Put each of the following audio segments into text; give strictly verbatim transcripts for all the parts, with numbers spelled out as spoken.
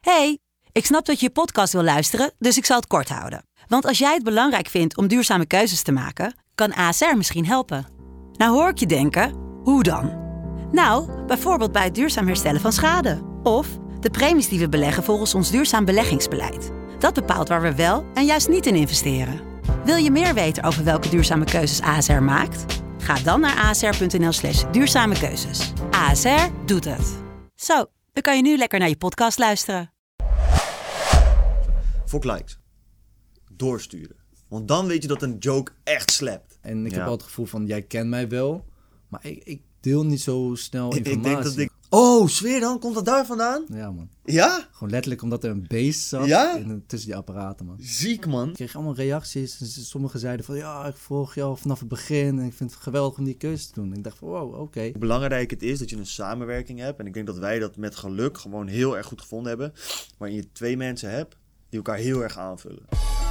Hey, ik snap dat je je podcast wil luisteren, dus ik zal het kort houden. Want als jij het belangrijk vindt om duurzame keuzes te maken, kan A S R misschien helpen. Nou hoor ik je denken, hoe dan? Nou, bijvoorbeeld bij het duurzaam herstellen van schade. Of de premies die we beleggen volgens ons duurzaam beleggingsbeleid. Dat bepaalt waar we wel en juist niet in investeren. Wil je meer weten over welke duurzame keuzes A S R maakt? Ga dan naar asr.nl slash duurzame keuzes. A S R doet het. Zo, dan kan je nu lekker naar je podcast luisteren. Fok likes. Doorsturen. Want dan weet je dat een joke echt slapt. En ik Ja. heb al het gevoel van, jij kent mij wel, maar ik, ik deel niet zo snel Ik, informatie. ik denk dat ik... Oh, zweer dan? Komt dat daar vandaan? Ja, man. Ja? Gewoon letterlijk omdat er een beest zat Ja? in, tussen die apparaten, man. Ziek, man. Ik kreeg allemaal reacties. Sommigen zeiden van, ja, ik volg jou vanaf het begin en ik vind het geweldig om die keuze te doen. En ik dacht van, wow, oké. Okay. Hoe belangrijk het is dat je een samenwerking hebt. En ik denk dat wij dat met geluk gewoon heel erg goed gevonden hebben. Waarin je twee mensen hebt die elkaar heel erg aanvullen.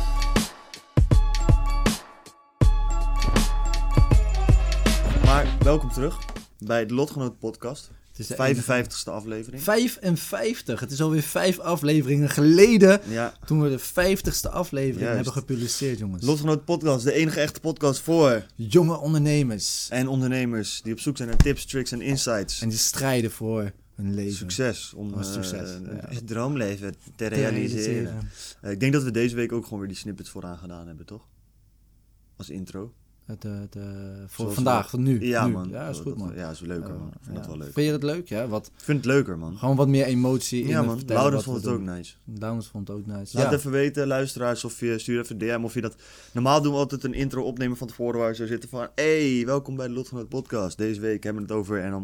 Maar welkom terug bij de Lotgenoten podcast. Het is de vijfenvijftigste aflevering. vijfenvijftig. Het is alweer vijf afleveringen geleden Ja. toen we de vijftigste aflevering Juist. hebben gepubliceerd, jongens. Lotgenoten podcast, de enige echte podcast voor Jonge ondernemers. en ondernemers die op zoek zijn naar tips, tricks en insights. En die strijden voor hun leven. Succes om Oh, uh, succes, uh, ja. het droomleven te Te realiseren. realiseren. Uh, ik denk dat we deze week ook gewoon weer die snippets vooraan gedaan hebben, toch? Als intro. Het, uh, het, uh, voor Zoals vandaag, we- voor nu. Ja, nu. man. Ja, is Dat- goed, man. dat- Ja, is leuker, man. Ik vind Ja. dat wel leuk. Vind je het leuk? Ja, wat, Ik vind het leuker, man. gewoon wat meer emotie in Ja, het man. vertellen Laurens wat vond we het ook doen. nice. Laurens vond het ook nice. Laat ja. even weten, luisteraars, of je stuur even een D M of je dat... Normaal doen we altijd een intro opnemen van tevoren waar we zo zitten van... Hey, welkom bij de Lotgenoten podcast. Deze week hebben we het over en dan...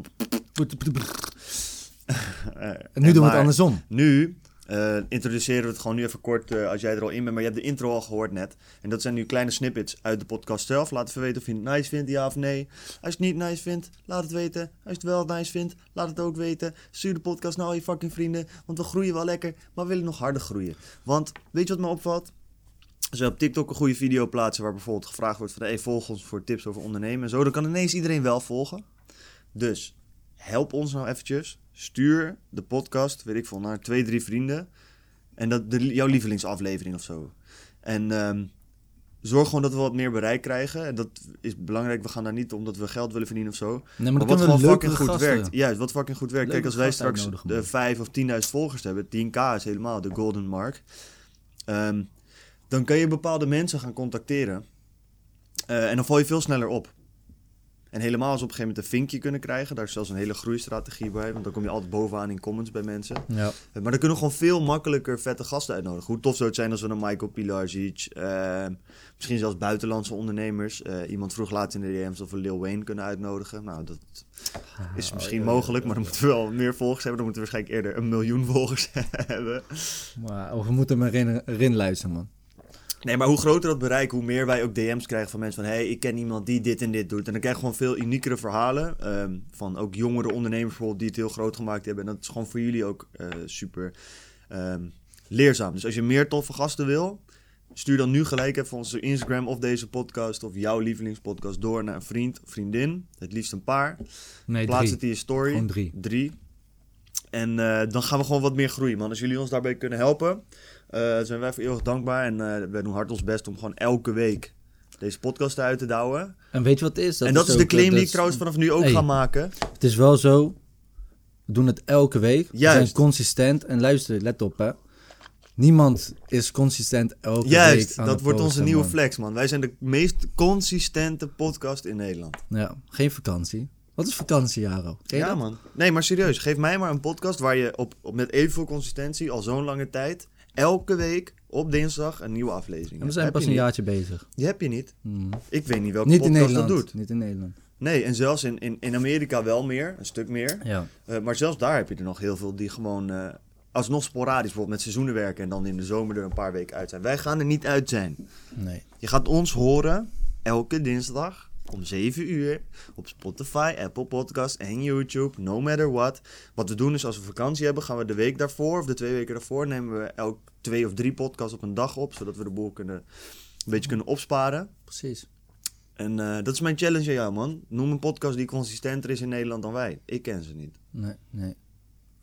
Uh, En nu doen we maar het andersom. Nu uh, introduceren we het gewoon nu even kort uh, als jij er al in bent. Maar je hebt de intro al gehoord net. En dat zijn nu kleine snippets uit de podcast zelf. Laat even weten of je het nice vindt, ja of nee. Als je het niet nice vindt, laat het weten. Als je het wel nice vindt, laat het ook weten. Stuur de podcast naar al je fucking vrienden. Want we groeien wel lekker, maar we willen nog harder groeien. Want weet je wat me opvalt? Als we op TikTok een goede video plaatsen waar bijvoorbeeld gevraagd wordt van... Hey, volg ons voor tips over ondernemen en zo. Dan kan ineens iedereen wel volgen. Dus help ons nou eventjes. Stuur de podcast, weet ik veel, naar twee, drie vrienden. En dat de, jouw lievelingsaflevering of zo. En um, zorg gewoon dat we wat meer bereik krijgen. En dat is belangrijk. We gaan daar niet omdat we geld willen verdienen of zo. Nee, Maar, maar, dan wat kunnen we gewoon leukere fucking goed gasten. werkt. Juist, wat fucking goed werkt. Kijk, Leuke als wij gasten straks uitnodigen, de man. vijf of tienduizend volgers hebben. tien k is helemaal de golden mark. Um, dan kun je bepaalde mensen gaan contacteren. Uh, en dan val je veel sneller op. En helemaal als we op een gegeven moment een vinkje kunnen krijgen. Daar is zelfs een hele groeistrategie bij. Want dan kom je altijd bovenaan in comments bij mensen. Ja. Maar dan kunnen we gewoon veel makkelijker vette gasten uitnodigen. Hoe tof zou het zijn als we een Michael Pilarczyk... Uh, misschien zelfs buitenlandse ondernemers. Uh, iemand vroeg laatst in de D M's of we Lil Wayne kunnen uitnodigen. Nou, dat is misschien oh, ja, mogelijk. ja, Maar dan moeten we wel meer volgers hebben. Dan moeten we waarschijnlijk eerder een miljoen volgers hebben. Maar oh, we moeten maar erin, erin luisteren, man. Nee, maar hoe groter dat bereik, hoe meer wij ook D M's krijgen van mensen van... hey, ik ken iemand die dit en dit doet. En dan krijg je gewoon veel uniekere verhalen. Um, van ook jongere ondernemers bijvoorbeeld die het heel groot gemaakt hebben. En dat is gewoon voor jullie ook uh, super um, leerzaam. Dus als je meer toffe gasten wil... stuur dan nu gelijk even onze Instagram of deze podcast... of jouw lievelingspodcast door naar een vriend of vriendin. Het liefst een paar. Nee, Plaats drie. het in je story. Gewoon drie. Drie. En uh, dan gaan we gewoon wat meer groeien, man. Als jullie ons daarbij kunnen helpen... Uh, zijn wij voor eeuwig dankbaar. En uh, wij doen hard ons best om gewoon elke week deze podcast uit te douwen. En weet je wat het is? Dat en dat is, is de ook, claim uh, die dat ik trouwens vanaf nu ook hey. ga maken. Het is wel zo. We doen het elke week. We Juist. zijn consistent. En luister, let op, hè. Niemand is consistent elke Juist, week aan dat het wordt onze posten, nieuwe man. flex, man. Wij zijn de meest consistente podcast in Nederland. Ja, geen vakantie. Wat is vakantie, Jaro? Ken je Ja, dat? man. Nee, maar serieus. Geef mij maar een podcast waar je op, op met evenveel consistentie al zo'n lange tijd... elke week op dinsdag een nieuwe aflevering En we hebt. zijn Heb pas je een niet. jaartje bezig. Die heb je niet. Hmm. Ik weet niet welke Niet in podcast dat Nederland. doet. Niet in Nederland. Nee, en zelfs in, in, in Amerika wel meer. Een stuk meer. Ja. Uh, maar zelfs daar heb je er nog heel veel die gewoon uh, alsnog sporadisch bijvoorbeeld met seizoenen werken en dan in de zomer er een paar weken uit zijn. Wij gaan er niet uit zijn. Nee. Je gaat ons horen elke dinsdag om zeven uur op Spotify, Apple Podcasts en YouTube, no matter what. Wat we doen is als we vakantie hebben, gaan we de week daarvoor of de twee weken daarvoor nemen we elk twee of drie podcasts op een dag op, zodat we de boel kunnen, een beetje kunnen opsparen. Precies. En uh, dat is mijn challenge aan jou, man. Noem een podcast die consistenter is in Nederland dan wij. Ik ken ze niet. Nee, nee.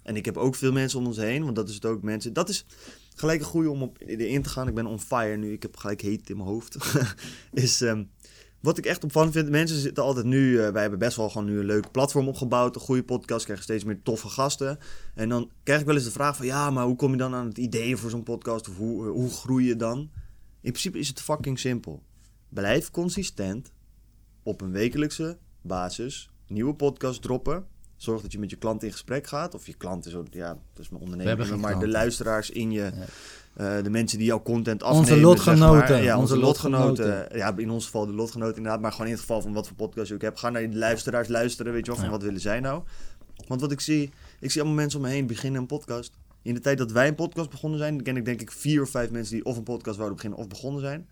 En ik heb ook veel mensen om ons heen, want dat is het ook mensen... Dat is gelijk een goeie om op in te gaan. Ik ben on fire nu, ik heb gelijk heet in mijn hoofd. is, um, wat ik echt opvallend vind, mensen zitten altijd nu... Uh, wij hebben best wel gewoon nu een leuke platform opgebouwd, een goede podcast, krijgen steeds meer toffe gasten. En dan krijg ik wel eens de vraag van, ja, maar hoe kom je dan aan het idee voor zo'n podcast? Of hoe, uh, hoe groei je dan? In principe is het fucking simpel. Blijf consistent op een wekelijkse basis nieuwe podcast droppen. Zorg dat je met je klant in gesprek gaat. Of je klant is ook, ja, dat is mijn onderneming. Maar klanten. De luisteraars in je, ja. uh, de mensen die jouw content afnemen. Onze lotgenoten. Zeg maar. Ja, onze, onze lotgenoten. lotgenoten. Ja, in ons geval de lotgenoten inderdaad. Maar gewoon in het geval van wat voor podcast je ook hebt. Ga naar de luisteraars luisteren, weet je wel, van ja. wat willen zij nou. Want wat ik zie, ik zie allemaal mensen om me heen beginnen een podcast. In de tijd dat wij een podcast begonnen zijn, ken ik denk ik vier of vijf mensen die of een podcast wouden beginnen of begonnen zijn.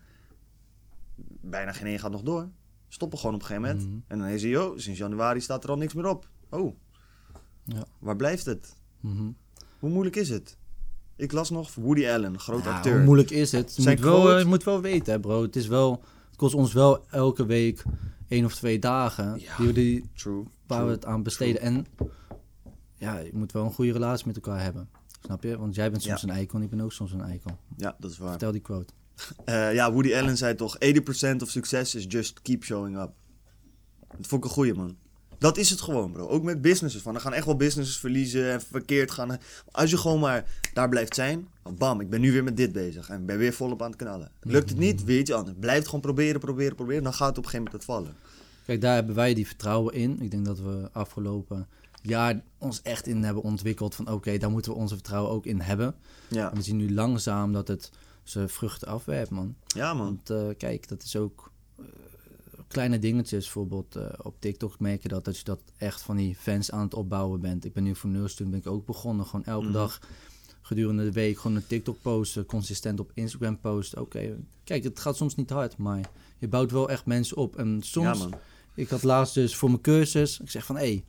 Bijna geen één gaat nog door. Stoppen gewoon op een gegeven moment. Mm-hmm. En dan zie je, oh, sinds januari staat er al niks meer op. Oh, ja. Waar blijft het? Mm-hmm. Hoe moeilijk is het? Ik las nog Woody Allen, groot ja, acteur. Hoe moeilijk is het? Je moet wel, je moet wel weten, hè, bro. Het is wel, het kost ons wel elke week één of twee dagen ja, die we die, true, waar true, we het aan besteden. True. En ja, je moet wel een goede relatie met elkaar hebben. Snap je? Want jij bent soms ja. een eikel en ik ben ook soms een eikel. Ja, dat is waar. Vertel die quote. Uh, ja, Woody Allen zei toch, eighty percent of success is just keep showing up. Dat vond ik een goeie, man. Dat is het gewoon, bro. Ook met businesses. Van, er gaan echt wel businesses verliezen en verkeerd gaan. Als je gewoon maar daar blijft zijn. Bam, ik ben nu weer met dit bezig. En ik ben weer volop aan het knallen. Lukt het niet, weer iets anders. Blijf het gewoon proberen, proberen, proberen. Dan gaat het op een gegeven moment het vallen. Kijk, daar hebben wij die vertrouwen in. Ik denk dat we afgelopen jaar ons echt in hebben ontwikkeld. Van oké, okay, daar moeten we onze vertrouwen ook in hebben. Ja. En we zien nu langzaam dat het zijn vruchten afwerpt, man. Ja, man. Want uh, kijk, dat is ook... Uh, kleine dingetjes, bijvoorbeeld uh, op TikTok merk je dat, dat je dat echt van die fans aan het opbouwen bent. Ik ben nu voor Nulstudent ben ik ook begonnen. Gewoon elke mm-hmm. dag gedurende de week gewoon een TikTok posten, consistent op Instagram posten. Oké, okay. Kijk, het gaat soms niet hard, maar je bouwt wel echt mensen op. En soms, ja, man. Ik had laatst dus voor mijn cursus, ik zeg van, hé,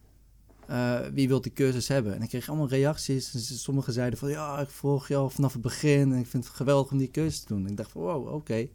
hey, uh, wie wil die cursus hebben? En ik kreeg allemaal reacties. Sommigen zeiden van, ja, ik volg je al vanaf het begin en ik vind het geweldig om die cursus te doen. En ik dacht van, wow, oké. Okay.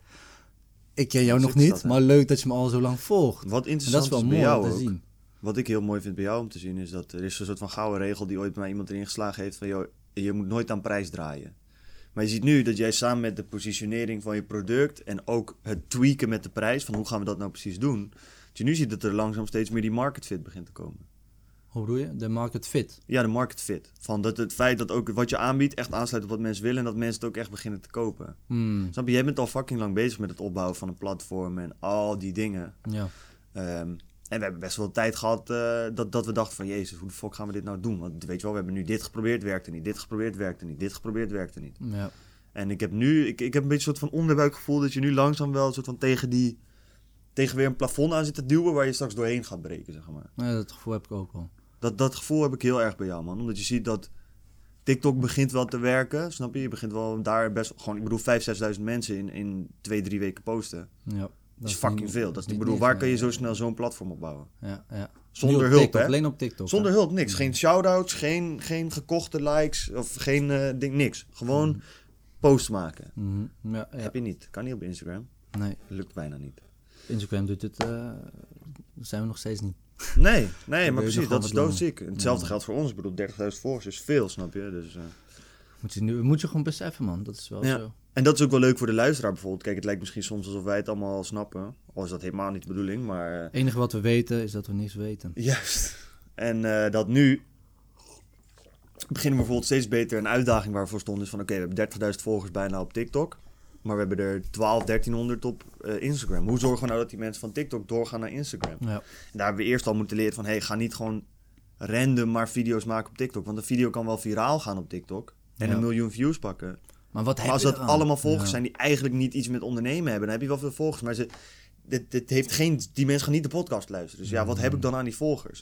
Ik ken jou nog niet, dat, maar leuk dat je me al zo lang volgt. Wat interessant is, dat is wel is mooi om te zien. Wat ik heel mooi vind bij jou om te zien is dat er is een soort van gouden regel die ooit bij mij iemand erin geslagen heeft van, joh, je moet nooit aan prijs draaien. Maar je ziet nu dat jij samen met de positionering van je product en ook het tweaken met de prijs van hoe gaan we dat nou precies doen, dat je nu ziet dat er langzaam steeds meer die market fit begint te komen. Hoe bedoel je? De market fit? Ja, de market fit. Van dat het feit dat ook wat je aanbiedt echt aansluit op wat mensen willen en dat mensen het ook echt beginnen te kopen. Hmm. Snap je? Jij bent al fucking lang bezig met het opbouwen van een platform en al die dingen. Ja. Um, en we hebben best wel tijd gehad uh, dat, dat we dachten van, jezus, hoe de fuck gaan we dit nou doen? Want weet je wel, we hebben nu dit geprobeerd, werkte niet. Dit geprobeerd, werkte niet. Dit geprobeerd, werkte niet. Ja. En ik heb nu, ik, ik heb een beetje een soort van onderbuikgevoel dat je nu langzaam wel een soort van tegen die, tegen weer een plafond aan zit te duwen waar je straks doorheen gaat breken, zeg maar. Ja, dat gevoel heb ik ook wel. Dat, dat gevoel heb ik heel erg bij jou, man. Omdat je ziet dat TikTok begint wel te werken, snap je? Je begint wel daar best gewoon, ik bedoel, vijfduizend, zesduizend mensen in, in twee, drie weken posten. Ja. Dat is fucking niet, veel. Dat is, ik bedoel, waar kan je zo snel zo'n platform opbouwen? Ja, ja. Zonder hulp, TikTok, hè? Alleen op TikTok. Zonder hè? hulp, niks. Geen shout-outs, geen, geen gekochte likes of geen uh, ding, niks. Gewoon mm. post maken. Mm-hmm. Ja, ja. Heb je niet. Kan niet op Instagram. Nee. Lukt bijna niet. Instagram doet het, uh, zijn we nog steeds niet. Nee, nee, maar precies, dat is doodziek. Hetzelfde ja. geldt voor ons. Ik bedoel, dertigduizend volgers is veel, snap je? Dus, uh... moet, je nu, moet je gewoon beseffen, man. Dat is wel ja. zo. En dat is ook wel leuk voor de luisteraar bijvoorbeeld. Kijk, het lijkt misschien soms alsof wij het allemaal snappen. Al is dat helemaal niet de bedoeling, maar... Uh... Het enige wat we weten is dat we niks weten. Juist. En uh, dat nu beginnen we bijvoorbeeld steeds beter een uitdaging waar we voor stonden. Is van, oké, okay, we hebben dertigduizend volgers bijna op TikTok. Maar we hebben er twaalf, dertienhonderd op uh, Instagram. Hoe zorgen we nou dat die mensen van TikTok doorgaan naar Instagram? Ja. En daar hebben we eerst al moeten leren van... hey, ga niet gewoon random maar video's maken op TikTok. Want een video kan wel viraal gaan op TikTok. En ja. een miljoen views pakken. Maar, wat maar als dat allemaal volgers ja. zijn die eigenlijk niet iets met ondernemen hebben... dan heb je wel veel volgers. Maar ze, dit, dit heeft geen, die mensen gaan niet de podcast luisteren. Dus ja, wat heb ik dan aan die volgers?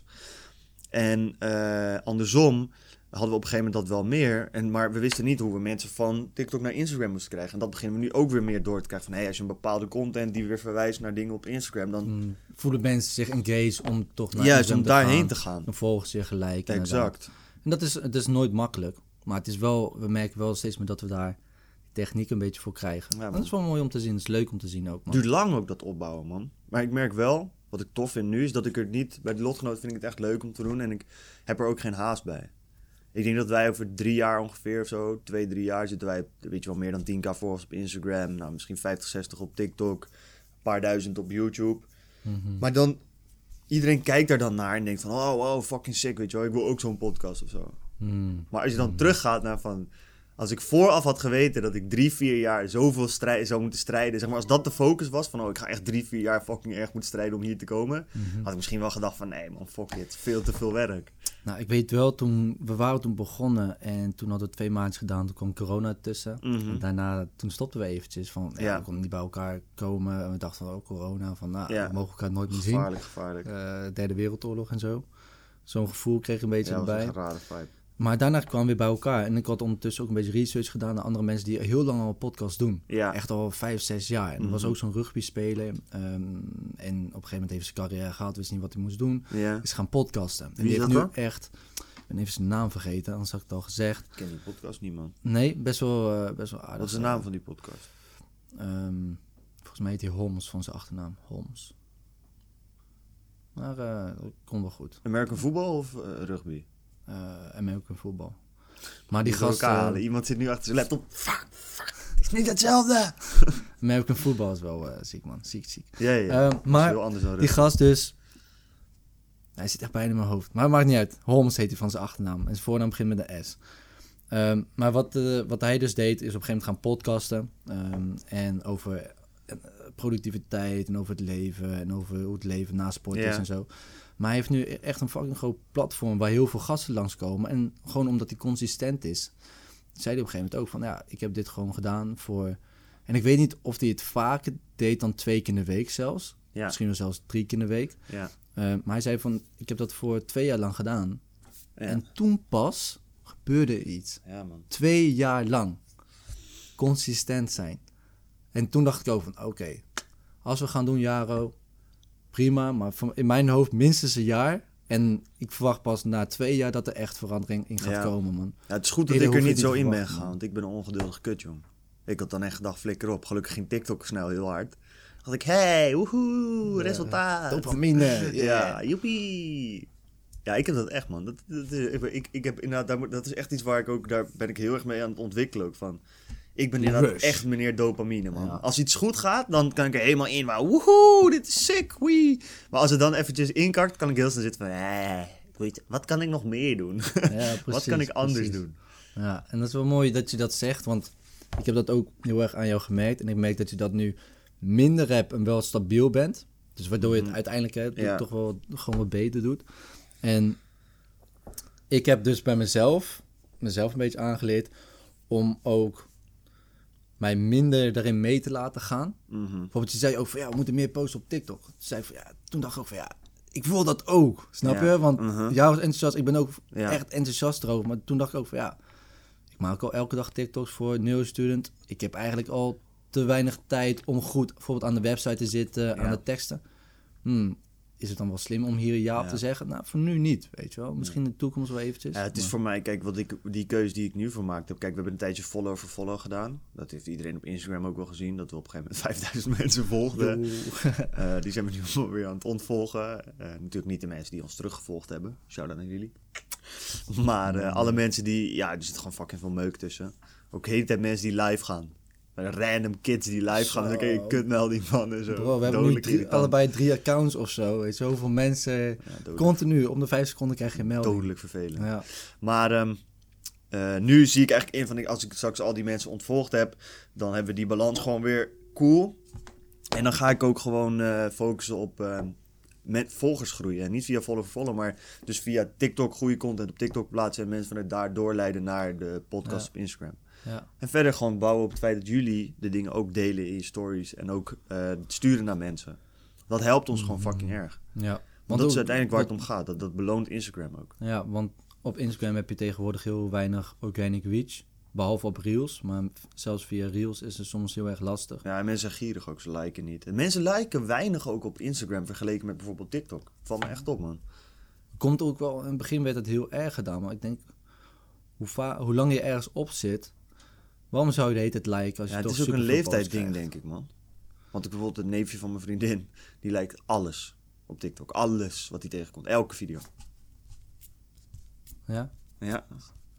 En uh, andersom... hadden we op een gegeven moment dat wel meer. En, maar we wisten niet hoe we mensen van TikTok naar Instagram moesten krijgen. En dat beginnen we nu ook weer meer door te krijgen. Van, hey, als je een bepaalde content die weer verwijst naar dingen op Instagram... dan mm, voelen mensen zich engaged om toch naar Juist, Instagram om te daarheen gaan. te gaan. Dan volgen ze je gelijk. Exact. Inderdaad. En dat is, het is nooit makkelijk. Maar het is wel, we merken wel steeds meer dat we daar techniek een beetje voor krijgen. Ja, dat is wel mooi om te zien. Dat is leuk om te zien ook, man. Het duurt lang ook, dat opbouwen, man. Maar ik merk wel, wat ik tof vind nu... is dat ik er niet... bij de lotgenoten vind ik het echt leuk om te doen... en ik heb er ook geen haast bij. Ik denk dat wij over drie jaar ongeveer of zo, twee, drie jaar zitten wij, weet je wel, meer dan tien k volgers op Instagram. Nou, misschien vijftig, zestig op TikTok, een paar duizend op YouTube. Mm-hmm. Maar dan, iedereen kijkt daar dan naar en denkt van, oh, wow, fucking sick, weet je wel, ik wil ook zo'n podcast of zo. Mm. Maar als je dan Mm. teruggaat naar van, als ik vooraf had geweten dat ik drie, vier jaar zoveel strijd, zou moeten strijden, zeg maar, als dat de focus was van, oh, ik ga echt drie, vier jaar fucking erg moeten strijden om hier te komen, Mm-hmm. had ik misschien wel gedacht van, nee man, fuck it, veel te veel werk. Nou, ik weet wel, toen, we waren toen begonnen en toen hadden we twee maandjes gedaan, toen kwam corona tussen. Mhm. En daarna, toen stopten we eventjes van, ja, Ja. we konden niet bij elkaar komen. En we dachten van, oh, corona, van nou, Ja. we mogen elkaar nooit meer zien. Gevaarlijk, gevaarlijk. Uh, derde wereldoorlog en zo. Zo'n gevoel kreeg ik een beetje Ja, dat was erbij. echt een rare vibe. Maar daarna kwamen we weer bij elkaar. En ik had ondertussen ook een beetje research gedaan naar andere mensen die heel lang al een podcast doen. Ja. Echt al vijf, zes jaar. En er was Mhm. ook zo'n rugbyspeler. Um, en op een gegeven moment heeft ze carrière gehad, wist niet wat hij moest doen. Ja. Is gaan podcasten. En Wie die is heeft dat nu dan? echt... Ik ben even zijn naam vergeten, anders had ik het al gezegd. Ik ken die podcast niet, man. Nee, best wel, uh, best wel aardig. Wat is de naam van die podcast? Um, volgens mij heet hij Holmes van zijn achternaam. Holmes. Maar uh, dat komt wel goed. American voetbal of uh, rugby? Uh, American voetbal. Maar die Moet door gast... elkaar uh, halen. Iemand zit nu achter zijn laptop. Fuck, fuck. Het is niet hetzelfde. American voetbal is wel uh, ziek, man. Ziek, ziek. Ja, ja. Uh, Dat is maar heel anders dan die rugby. gast dus... Hij zit echt bijna in mijn hoofd. Maar het maakt niet uit. Holmes heet hij van zijn achternaam. En zijn voornaam begint met een S. Um, maar wat, uh, wat hij dus deed, is op een gegeven moment gaan podcasten. Um, en over uh, productiviteit en over het leven. En over hoe het leven na sport Ja. is en zo. Maar hij heeft nu echt een fucking groot platform waar heel veel gasten langskomen. En gewoon omdat hij consistent is, zei hij op een gegeven moment ook van... Ja, ik heb dit gewoon gedaan voor... En ik weet niet of hij het vaker deed dan twee keer in de week zelfs. Ja. Misschien wel zelfs drie keer in de week. Ja. Uh, maar hij zei van, ik heb dat voor twee jaar lang gedaan. Ja. En toen pas gebeurde er iets. Ja, man. Twee jaar lang. Consistent zijn. En toen dacht ik ook van, oké, okay, als we gaan doen, Jaro, prima. Maar in mijn hoofd minstens een jaar. En ik verwacht pas na twee jaar dat er echt verandering in gaat Ja. komen, man. Ja, het is goed dat Eerder ik er hoef je niet het zo niet in te ben verwachten, gegaan, man. want ik ben een ongeduldige kut, jong. Ik had dan echt gedacht, flikker op. Gelukkig ging TikTok snel heel hard. Dacht ik, hey, woehoe, resultaat. Dopamine. Ja, joepie. Ja, ik heb dat echt, man. Dat, dat, ik, ik, ik heb inderdaad, daar moet- dat is echt iets waar ik ook, daar ben ik heel erg mee aan het ontwikkelen ook van. Ik ben Die inderdaad rush. echt meneer dopamine, man. Ja. Als iets goed gaat, dan kan ik er helemaal in. Maar woehoe, dit is sick, wee. Maar als het dan eventjes inkakt, kan ik heel snel zitten van, eh, weet je, wat kan ik nog meer doen? Ja, precies, wat kan ik anders precies. doen? Ja, en dat is wel mooi dat je dat zegt, want ik heb dat ook heel erg aan jou gemerkt. En ik merk dat je dat nu minder hebt en wel stabiel bent. Dus waardoor je het Mhm. uiteindelijk hè, Ja. toch wel gewoon wat beter doet. En ik heb dus bij mezelf, mezelf een beetje aangeleerd om ook mij minder daarin mee te laten gaan. Mhm. Bijvoorbeeld, je zei ook van ja, we moeten meer posten op TikTok. Toen, zei ik van, ja, toen dacht ik ook van ja, ik wil dat ook. Snap Ja. je? Want Mhm. jou was enthousiast, ik ben ook Ja. echt enthousiast erover. Maar toen dacht ik ook van ja, ik maak al elke dag TikToks voor Neurostudent. Ik heb eigenlijk al te weinig tijd om goed bijvoorbeeld aan de website te zitten, aan Ja. de teksten. Hmm, is het dan wel slim om hier een ja op Ja. te zeggen? Nou, voor nu niet, weet je wel. Misschien in de toekomst wel eventjes. Ja, het is maar- voor mij, kijk, wat ik, die keuze die ik nu vermaakt heb. Kijk, we hebben een tijdje follow for follow gedaan. Dat heeft iedereen op Instagram ook wel gezien. Dat we op een gegeven moment vijfduizend mensen volgden. Uh, die zijn we nu allemaal weer aan het ontvolgen. Uh, natuurlijk niet de mensen die ons teruggevolgd hebben. Shout-out aan jullie. Maar uh, alle mensen die... Ja, er zit gewoon fucking veel meuk tussen. Ook de hele tijd mensen die live gaan. Random kids die live gaan. En dan kun je Zo. kutmelding van en zo. Bro, we hebben nu Dodelijk drie, irritant. allebei drie accounts of zo. Weet je, zoveel mensen. Ja, dodelijk, Continu, om de vijf seconden krijg je een melding. dodelijk vervelend. Ja. Maar um, uh, nu zie ik eigenlijk in van... Ik, als ik straks al die mensen ontvolgd heb... Dan hebben we die balans gewoon weer cool. En dan ga ik ook gewoon uh, focussen op... Uh, met volgers groeien. En niet via follow for follow, maar dus via TikTok goede content op TikTok plaatsen en mensen vanuit daar doorleiden naar de podcast Ja. op Instagram. Ja. En verder gewoon bouwen op het feit dat jullie de dingen ook delen in je stories en ook uh, sturen naar mensen. Dat helpt ons gewoon fucking erg. Ja. Want, Want dat is ook- uiteindelijk waar het dat- om gaat. Dat, dat beloont Instagram ook. Ja, want op Instagram heb je tegenwoordig heel weinig organic reach. Behalve op Reels. Maar zelfs via Reels is het soms heel erg lastig. Ja, en mensen zijn gierig ook, ze liken niet. En mensen liken weinig ook op Instagram vergeleken met bijvoorbeeld TikTok. Valt me echt op, man. Komt ook wel, in het begin werd het heel erg gedaan. Maar ik denk, hoe, va- hoe lang je ergens op zit, waarom zou je de hele tijd liken als je Ja, het toch is ook een superveel leeftijdsding, posts krijgt? denk ik, man. Want ik bijvoorbeeld het neefje van mijn vriendin, die lijkt alles op TikTok. Alles wat hij tegenkomt. Elke video. Ja? Ja.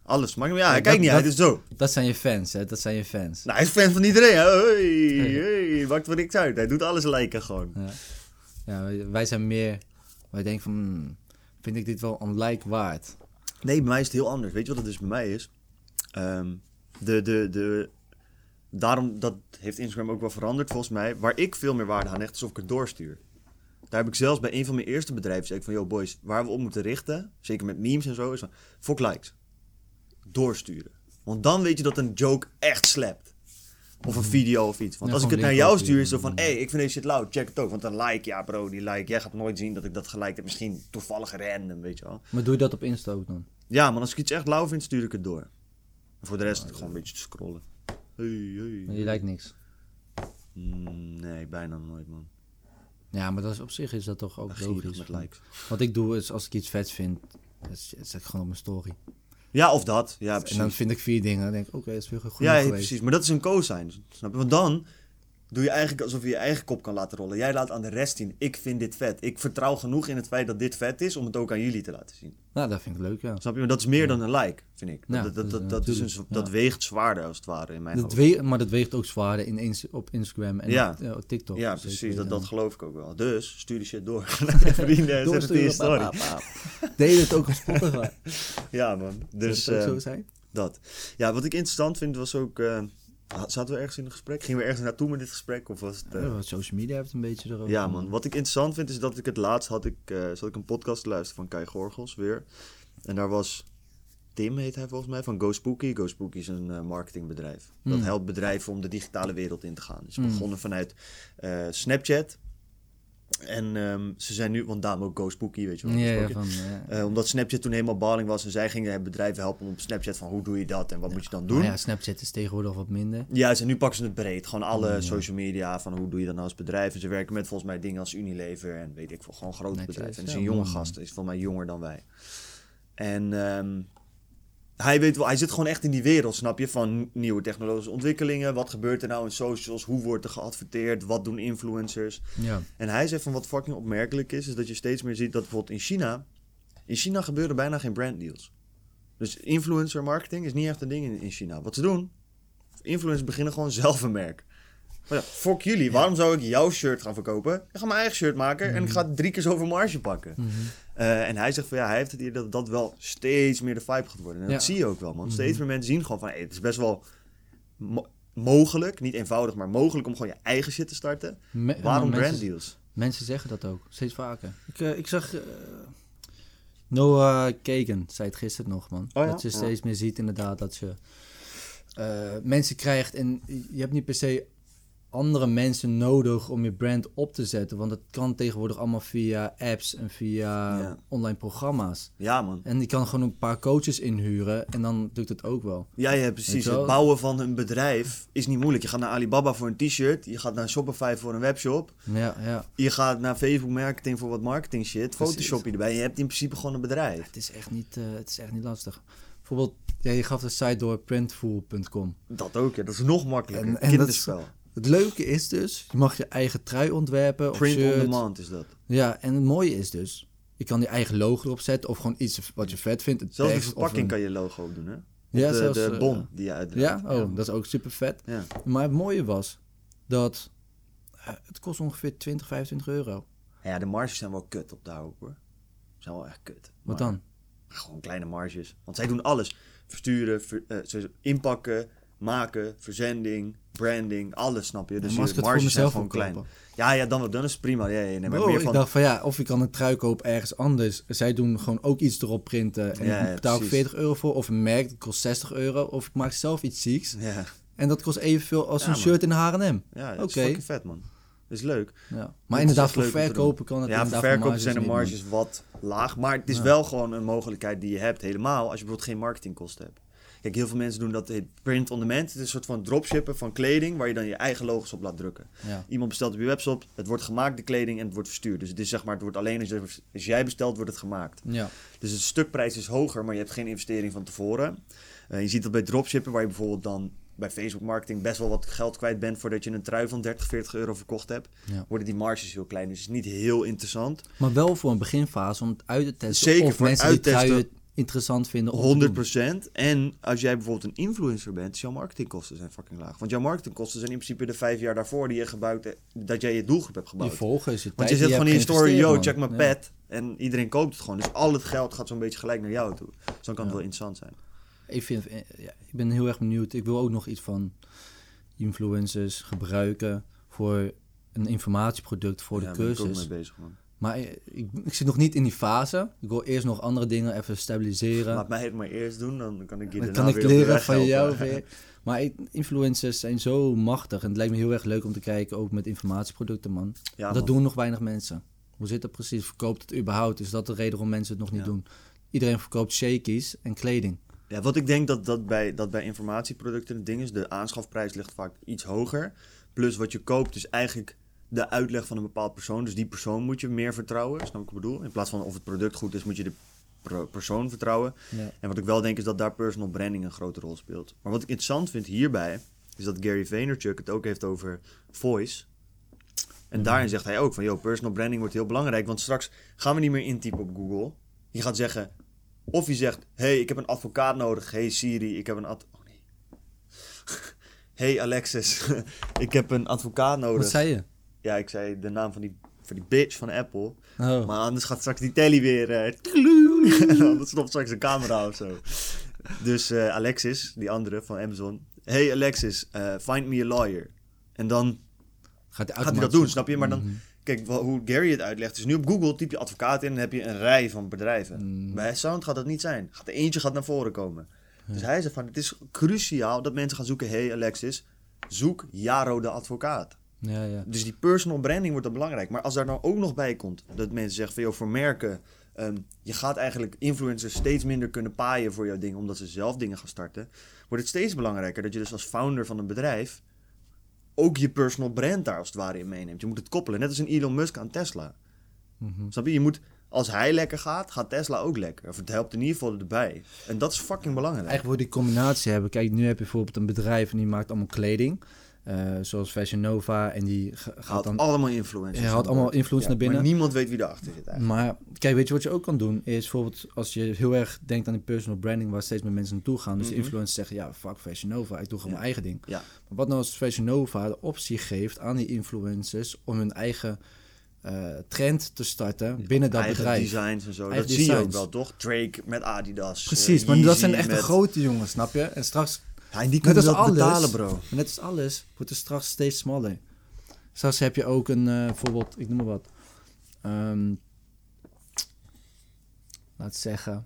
Alles. Maar ja, hij Ja, kijkt dat- niet dat- uit, dus zo. Dat zijn je fans, hè? Dat zijn je fans. Nou, hij is fan van iedereen. Hè? Hey, hey, maakt voor niks uit. Hij doet alles liken gewoon. Ja. Ja, wij- wij zijn meer... Wij denken van... hmm, vind ik dit wel een like waard? Nee, bij mij is het heel anders. Weet je wat het dus bij mij is? Ehm, de, de, de, daarom, dat heeft Instagram ook wel veranderd volgens mij. Waar ik veel meer waarde aan hecht, is of ik het doorstuur. Daar heb ik zelfs bij een van mijn eerste bedrijven gezegd van... Yo boys, waar we op moeten richten, zeker met memes en zo, is van... Fuck likes. Doorsturen. Want dan weet je dat een joke echt slapt. Of een video of iets. Want Ja, als ik het gewoon naar jou link stuur, is het opsturen. zo van... Hé, hey, ik vind deze shit loud, check het ook. Want een like, ja bro, die like... Jij gaat nooit zien dat ik dat geliked heb. Misschien toevallig random, weet je wel. Maar doe je dat op Insta ook dan? Ja, maar als ik iets echt lauw vind, stuur ik het door. En voor de rest gewoon een beetje te scrollen. Hey, hey. Je lijkt niks. Mm, nee, bijna nooit, man. Ja, maar dat is, op zich is dat toch ook Gierig logisch. met likes. Wat ik doe is, als ik iets vets vind, dat zet ik gewoon op mijn story. Ja, of dat. Ja, En precies. dan vind ik vier dingen en denk ik, oké, dat is weer goed Ja, ja, geweest. precies. Maar dat is een co-sign. Snap je? Want dan doe je eigenlijk alsof je je eigen kop kan laten rollen. Jij laat aan de rest zien, ik vind dit vet. Ik vertrouw genoeg in het feit dat dit vet is om het ook aan jullie te laten zien. Nou, dat vind ik leuk, ja. Snap je? Maar dat is meer dan een like, vind ik. Ja, dat, dat, dat, dat- dat, is een, natuurlijk, dat ja. weegt zwaarder als het ware in mijn Dat hoofd. we- maar dat weegt ook zwaarder in, ins- op Instagram en Ja. op, eh, op TikTok. Ja, Zeker precies. Dat, weten. dat geloof ik ook wel. Dus, stuur die shit door. Naar je vrienden en zet het in je Doorsturen, story. pa, pa, pa. Deel het ook op Spotify. Ja, man. Dus Zou het ook eh, zo zijn? dat. Ja, wat ik interessant vind was ook... eh, zaten we ergens in een gesprek? Gingen we ergens naartoe met dit gesprek? Of was het... eh, Ja, want social media heeft een beetje erover. Ja, man. Wat ik interessant vind is dat ik het laatst had ik, eh zat ik een podcast te luisteren van Kai Gorgels weer. En daar was Tim, heet hij volgens mij, van Go Spooky. Go Spooky is een eh, marketingbedrijf. Dat Mm. helpt bedrijven om de digitale wereld in te gaan. Dus ze Mm. begonnen vanuit eh, Snapchat. En ehm, ze zijn nu, want daarom ook Go Spooky, weet je wel. Ja, ja, gesproken. van, ja. Eh, omdat Snapchat toen helemaal baling was en zij gingen het bedrijven helpen om op Snapchat van hoe doe je dat en wat moet je dan doen. Maar ja, Snapchat is tegenwoordig wat minder. Ja, ze, nu pakken ze het breed. Gewoon alle Ja. social media van hoe doe je dat nou als bedrijf. En ze werken met volgens mij dingen als Unilever en weet ik veel, gewoon grote Netjes, bedrijven. En ja, ze zijn jonge mooi, man. gasten, is volgens mij jonger dan wij. En ehm, hij weet wel, hij zit gewoon echt in die wereld, snap je, van nieuwe technologische ontwikkelingen. Wat gebeurt er nou in socials? Hoe wordt er geadverteerd? Wat doen influencers? Ja. En hij zegt van wat fucking opmerkelijk is, is dat je steeds meer ziet dat bijvoorbeeld in China, in China gebeuren bijna geen branddeals. Dus influencer marketing is niet echt een ding in, in China. Wat ze doen, influencers beginnen gewoon zelf een merk. Maar ja, fuck jullie, waarom zou ik jouw shirt gaan verkopen? Ik ga mijn eigen shirt maken en ik ga drie keer zoveel marge pakken. Mhm. Uh, en hij zegt van ja, hij heeft het idee dat dat wel steeds meer de vibe gaat worden. En Ja. dat zie je ook wel, man. Mhm. Steeds meer mensen zien gewoon van hey, het is best wel mo- mogelijk, niet eenvoudig, maar mogelijk om gewoon je eigen shit te starten. Me- Waarom maar mensen- branddeals? Mensen zeggen dat ook, steeds vaker. Ik, eh, ik zag... eh, Noah Kagan zei het gisteren nog, man. Oh ja? Dat je Ja. steeds meer ziet inderdaad dat je eh, mensen krijgt... En je hebt niet per se andere mensen nodig om je brand op te zetten. Want het kan tegenwoordig allemaal via apps en via Ja. online programma's. Ja, man. En je kan gewoon een paar coaches inhuren en dan doet het ook wel. Ja, ja, Weet precies. je wel? Het bouwen van een bedrijf is niet moeilijk. Je gaat naar Alibaba voor een t-shirt. Je gaat naar Shopify voor een webshop. Ja, ja. Je gaat naar Facebook marketing voor wat marketing shit. Precies. Photoshop je erbij. Je hebt in principe gewoon een bedrijf. Het is echt niet, eh, het is echt niet lastig. Bijvoorbeeld, ja, je gaf de site door printful punt com. Dat ook, ja. Dat is nog makkelijker. En- en Kinderspel. Het leuke is dus, je mag je eigen trui ontwerpen of Print on shirt. demand is dat. Ja, en het mooie is dus, je kan je eigen logo erop zetten of gewoon iets wat je vet vindt. Een Zelfs de tekst of verpakking een- kan je logo op doen, hè? Ja, de, zelfs, de eh, bon die je uitdraagt. Ja, oh, dat is ook super vet. Ja. Maar het mooie was dat eh, het kost ongeveer twintig, vijfentwintig euro. Ja, de marges zijn wel kut op daar ook, hoor. Zijn wel echt kut. Wat Maar dan? Gewoon kleine marges. Want zij doen alles. Versturen, ver- eh, ze inpakken, maken, verzending, branding, alles, snap je? Dus maar als je ik het voor marges zijn mezelf gewoon wil klein. kopen. Ja, ja, dan, dan is het prima. Ja, ja, nee, maar Bro, meer ik van... dacht van ja, of je kan een trui kopen ergens anders. Zij doen gewoon ook iets erop printen. En Ja, ja, ik betaal ik precies. veertig euro voor. Of een merk, dat kost zestig euro. Of ik maak zelf iets zieks. Ja, En dat kost evenveel als Ja, een man. shirt in de H en M. ja dat Oké. is fucking vet, man. Dat is leuk. Ja. Dat Maar is inderdaad, echt voor leuk om te verkopen kan het Ja, voor inderdaad verkopen zijn de niet, man. marges wat laag. Maar het is Ja. wel gewoon een mogelijkheid die je hebt. Helemaal als je bijvoorbeeld geen marketingkosten hebt. Kijk, heel veel mensen doen dat heet print on demand. Het is een soort van dropshippen van kleding waar je dan je eigen logos op laat drukken. Ja. Iemand bestelt op je webshop, het wordt gemaakt, de kleding, en het wordt verstuurd. Dus het is zeg maar, het wordt alleen als, je, als jij bestelt, wordt het gemaakt. Ja. Dus het stukprijs is hoger, maar je hebt geen investering van tevoren. Uh, je ziet dat bij dropshippen, waar je bijvoorbeeld dan bij Facebook marketing best wel wat geld kwijt bent voordat je een trui van dertig, veertig euro verkocht hebt, Ja. worden die marges heel klein. Dus het is niet heel interessant. Maar wel voor een beginfase om het uit te testen. Zeker of voor mensen die uittesten. truien interessant vinden om honderd te doen. procent. En als jij bijvoorbeeld een influencer bent, jouw marketingkosten zijn fucking laag. Want jouw marketingkosten zijn in principe de vijf jaar daarvoor die je gebruikt, dat jij je doelgroep hebt gebouwd. Je volgers, je Want tijd je die zet gewoon in je hebt story, yo, geïnvesteerd, check man. mijn Ja. pet. En iedereen koopt het gewoon. Dus al het geld gaat zo'n beetje gelijk naar jou toe. Dus dan kan het Ja. wel interessant zijn. Ik, vind, ja, ik ben heel erg benieuwd. Ik wil ook nog iets van influencers gebruiken voor een informatieproduct voor Ja, de daar ben ik cursus. ook mee bezig, man. Maar ik, ik, ik zit nog niet in die fase. Ik wil eerst nog andere dingen even stabiliseren. Laat mij het maar eerst doen, dan kan ik je Dan daarna kan ik weer op de leren weg van helpen. jou weer. Maar ik- influencers zijn zo machtig. En het lijkt me heel erg leuk om te kijken, ook met informatieproducten, man. Ja, dat man. doen nog weinig mensen. Hoe zit dat precies? Verkoopt het überhaupt? Is dat de reden waarom mensen het nog niet Ja. doen? Iedereen verkoopt shakies en kleding. Ja, wat ik denk dat, dat, bij, dat bij informatieproducten het ding is, de aanschafprijs ligt vaak iets hoger. Plus wat je koopt is eigenlijk de uitleg van een bepaald persoon. Dus die persoon moet je meer vertrouwen, snap ik wat ik bedoel? In plaats van of het product goed is, moet je de pro- persoon vertrouwen. Ja. En wat ik wel denk is dat daar personal branding een grote rol speelt. Maar wat ik interessant vind hierbij, is dat Gary Vaynerchuk het ook heeft over voice. En daarin zegt hij ook van, yo, personal branding wordt heel belangrijk. Want straks gaan we niet meer intypen op Google. Je gaat zeggen, of je zegt, hey, ik heb een advocaat nodig. Hey Siri, ik heb een ad... Oh nee. Hey Alexis, ik heb een advocaat nodig. Wat zei je? Ja, ik zei de naam van die, van die bitch van Apple. Oh. Maar anders gaat straks die telly weer... eh, tloeng. En dan stopt straks een camera of zo. Dus eh, Alexis, die andere van Amazon. Hey Alexis, eh, find me a lawyer. En dan Gaat, gaat hij dat doen, snap je? Maar dan, kijk, wel, hoe Gary het uitlegt. Dus nu op Google typ je advocaat in en dan heb je een rij van bedrijven. Mm. Bij Sound gaat dat niet zijn. Gaat er eentje gaat naar voren komen. Dus hij zegt van, het is cruciaal dat mensen gaan zoeken. Hey Alexis, zoek Jaro de advocaat. Ja, ja. Dus die personal branding wordt dan belangrijk. Maar als daar nou ook nog bij komt dat mensen zeggen van, joh, voor merken, ehm, je gaat eigenlijk influencers steeds minder kunnen paaien voor jouw ding, omdat ze zelf dingen gaan starten, wordt het steeds belangrijker dat je dus als founder van een bedrijf ook je personal brand daar als het ware in meeneemt. Je moet het koppelen, net als een Elon Musk aan Tesla. Mhm. Snap je? Je moet, als hij lekker gaat, gaat Tesla ook lekker. Of het helpt in ieder geval erbij. En dat is fucking belangrijk. Eigenlijk wil je die combinatie hebben. Kijk, nu heb je bijvoorbeeld een bedrijf en die maakt allemaal kleding. eh, zoals Fashion Nova. En die ga- gaat Haalt dan... allemaal influencers. Je haalt aan allemaal boord. influence naar binnen. Maar niemand weet wie erachter zit eigenlijk. Maar kijk, weet je wat je ook kan doen? Is bijvoorbeeld als je heel erg denkt aan die personal branding, waar steeds meer mensen naartoe gaan. Dus Mhm. de influencers zeggen, ja, fuck Fashion Nova, ik doe gewoon Ja. mijn eigen ding. Ja. Maar wat nou als Fashion Nova de optie geeft aan die influencers om hun eigen eh, trend te starten binnen dat Eigen bedrijf? designs en zo. Eigen dat zie je ook designs. wel, toch? Drake met Adidas. Precies, eh, maar dat Yeezy zijn echt de met- grote jongens, snap je? En straks, Ja, en die net kunnen als dat alles, betalen, bro. net als alles, wordt het straks steeds smaller. Straks heb je ook een, eh, bijvoorbeeld, ik noem maar wat. Ehm laat zeggen.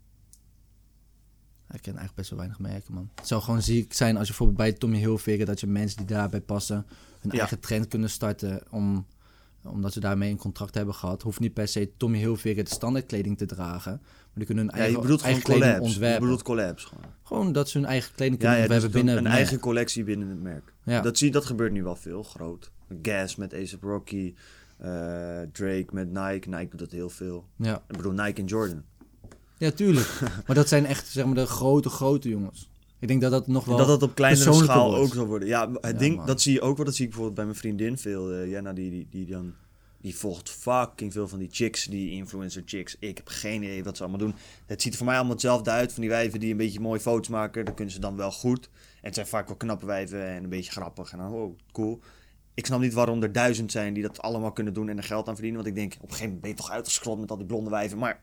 Ik ken eigenlijk best wel weinig merken, man. Het zou gewoon ziek zijn als je bijvoorbeeld bij Tommy Hilfiger, dat je mensen die daarbij passen, hun Ja. eigen trend kunnen starten, om, omdat ze daarmee een contract hebben gehad. Hoeft niet per se Tommy Hilfiger de standaardkleding te dragen, maar die kunnen hun Ja, eigen, je bedoelt gewoon eigen kleding collabs. Je ontwerpen. bedoelt collabs gewoon. Gewoon dat ze hun eigen kleding Ja, kunnen ja, dus ontwerpen dan binnen een het eigen merk. collectie binnen het merk. Ja. Dat, zie, dat gebeurt nu wel veel, groot. Gas met A$AP Rocky, eh, Drake met Nike. Nike doet dat heel veel. Ja. Ik bedoel, Nike en Jordan. Ja, tuurlijk. Maar dat zijn echt, zeg maar, de grote, grote jongens. Ik denk dat dat nog wel En dat dat op kleinere persoonlijker schaal wordt. ook zal worden. Ja, het Ja, ding, man. dat zie je ook wel. Dat zie ik bijvoorbeeld bij mijn vriendin veel. eh Jenna, die, die, die dan... Die volgt fucking veel van die chicks, die influencer chicks. Ik heb geen idee wat ze allemaal doen. Het ziet er voor mij allemaal hetzelfde uit. Van die wijven die een beetje mooie foto's maken. Dat kunnen ze dan wel goed. En het zijn vaak wel knappe wijven en een beetje grappig. En dan, oh, cool. Ik snap niet waarom er duizend zijn die dat allemaal kunnen doen en er geld aan verdienen. Want ik denk, op een gegeven moment ben je toch uitgeschrold met al die blonde wijven. Maar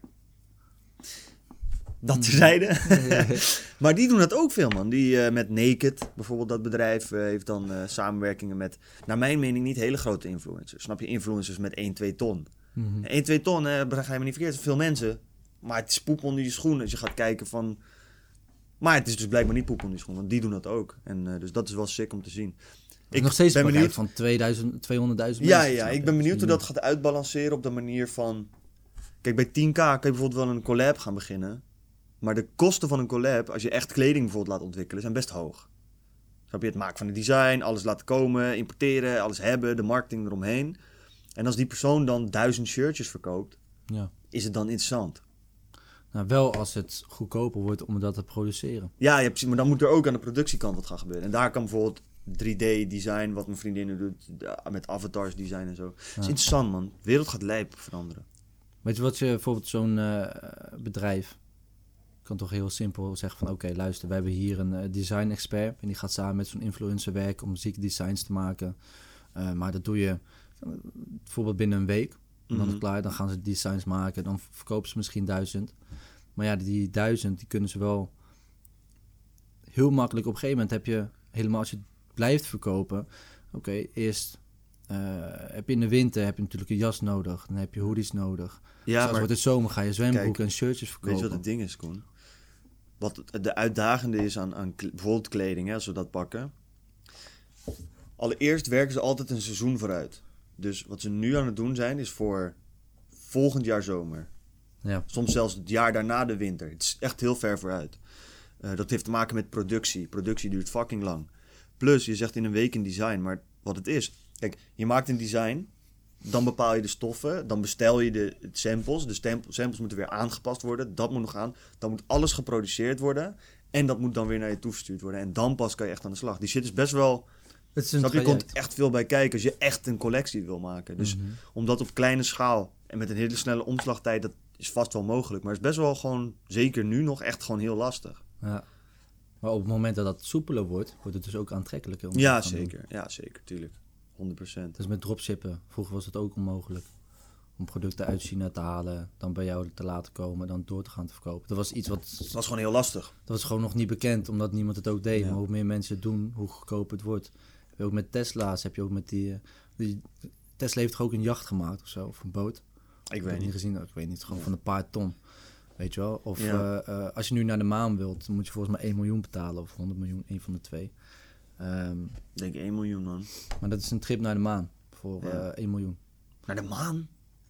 dat terzijde. Maar die doen dat ook veel, man. Die eh, met Naked, bijvoorbeeld dat bedrijf, eh, heeft dan eh, samenwerkingen met, naar mijn mening, niet hele grote influencers. Snap je? Influencers met één, twee ton. Mhm. één, twee ton, eh, begrijp je me niet verkeerd, veel mensen. Maar het is poep onder je schoen als je gaat kijken van... Maar het is dus blijkbaar niet poep onder je schoen, want die doen dat ook. En uh, dus dat is wel sick om te zien. Ik nog steeds ben benieuwd van tweeduizend, tweehonderdduizend Ja, mensen. ja, snap ik je? ben benieuwd hoe Dus dat gaat uitbalanceren op de manier van... Kijk, bij tien k kan je bijvoorbeeld wel een collab gaan beginnen. Maar de kosten van een collab, als je echt kleding bijvoorbeeld laat ontwikkelen, zijn best hoog. Snap je? Het maken van het design, alles laten komen, importeren, alles hebben, de marketing eromheen. En als die persoon dan duizend shirtjes verkoopt, Ja. is het dan interessant. Nou, wel als het goedkoper wordt om dat te produceren. Ja, ja, precies, maar dan moet er ook aan de productiekant wat gaan gebeuren. En daar kan bijvoorbeeld drie D-design, wat mijn vriendin nu doet, met avatars design en zo. Dat is interessant, man. De wereld gaat lijp veranderen. Weet je wat je bijvoorbeeld zo'n uh, bedrijf, kan toch heel simpel zeggen van... oké, okay, luister, we hebben hier een uh, design-expert... en die gaat samen met zo'n influencer werken om zieke designs te maken. Uh, maar dat doe je uh, bijvoorbeeld binnen een week. En dan is het klaar, dan gaan ze designs maken... dan verkopen ze misschien duizend. Maar ja, die duizend, die kunnen ze wel... heel makkelijk... op een gegeven moment heb je... helemaal als je blijft verkopen... oké, okay, eerst... Uh, heb je in de winter heb je natuurlijk een jas nodig. Dan heb je hoodies nodig. Ja, dus als maar, wordt het zomer ga je zwembroeken kijk, en shirtjes verkopen. Weet je wat het ding is, Koen? Wat de uitdagende is aan, aan bijvoorbeeld kleding, hè, als we dat pakken. Allereerst werken ze altijd een seizoen vooruit. Dus wat ze nu aan het doen zijn, is voor volgend jaar zomer. Ja. Soms zelfs het jaar daarna de winter. Het is echt heel ver vooruit. Uh, dat heeft te maken met productie. Productie duurt fucking lang. Plus, je zegt in een week een design, maar wat het is... Kijk, je maakt een design, dan bepaal je de stoffen, dan bestel je de samples. De stamp- samples moeten weer aangepast worden, dat moet nog aan. Dan moet alles geproduceerd worden en dat moet dan weer naar je toe verstuurd worden. En dan pas kan je echt aan de slag. Die shit is best wel... Het is een snap je, er komt echt veel bij kijken als je echt een collectie wil maken. Dus mm-hmm. om dat op kleine schaal en met een hele snelle omslagtijd, dat is vast wel mogelijk. Maar het is best wel gewoon, zeker nu nog, echt gewoon heel lastig. Ja. Maar op het moment dat dat soepeler wordt, wordt het dus ook aantrekkelijker. Om ja, zeker. Doen. Ja, zeker. Tuurlijk. honderd procent. Dus met dropshippen. Vroeger was het ook onmogelijk. Om producten uit China te halen, dan bij jou te laten komen, dan door te gaan te verkopen. Dat was iets wat... Dat was gewoon heel lastig. Dat was gewoon nog niet bekend, omdat niemand het ook deed. Ja. Maar hoe meer mensen het doen, hoe goedkoper het wordt. Heb je ook met Tesla's, heb je ook met die... die Tesla heeft toch ook een jacht gemaakt of zo, of een boot? Ik, ik weet het niet. gezien, ik weet niet, gewoon ja. van een paar ton. Weet je wel? Of ja. uh, uh, als je nu naar de maan wilt, dan moet je volgens mij één miljoen betalen. Of honderd miljoen, één van de twee. Um, ik denk één miljoen, man. Maar dat is een trip naar de maan. Voor ja. uh, één miljoen. Naar de maan?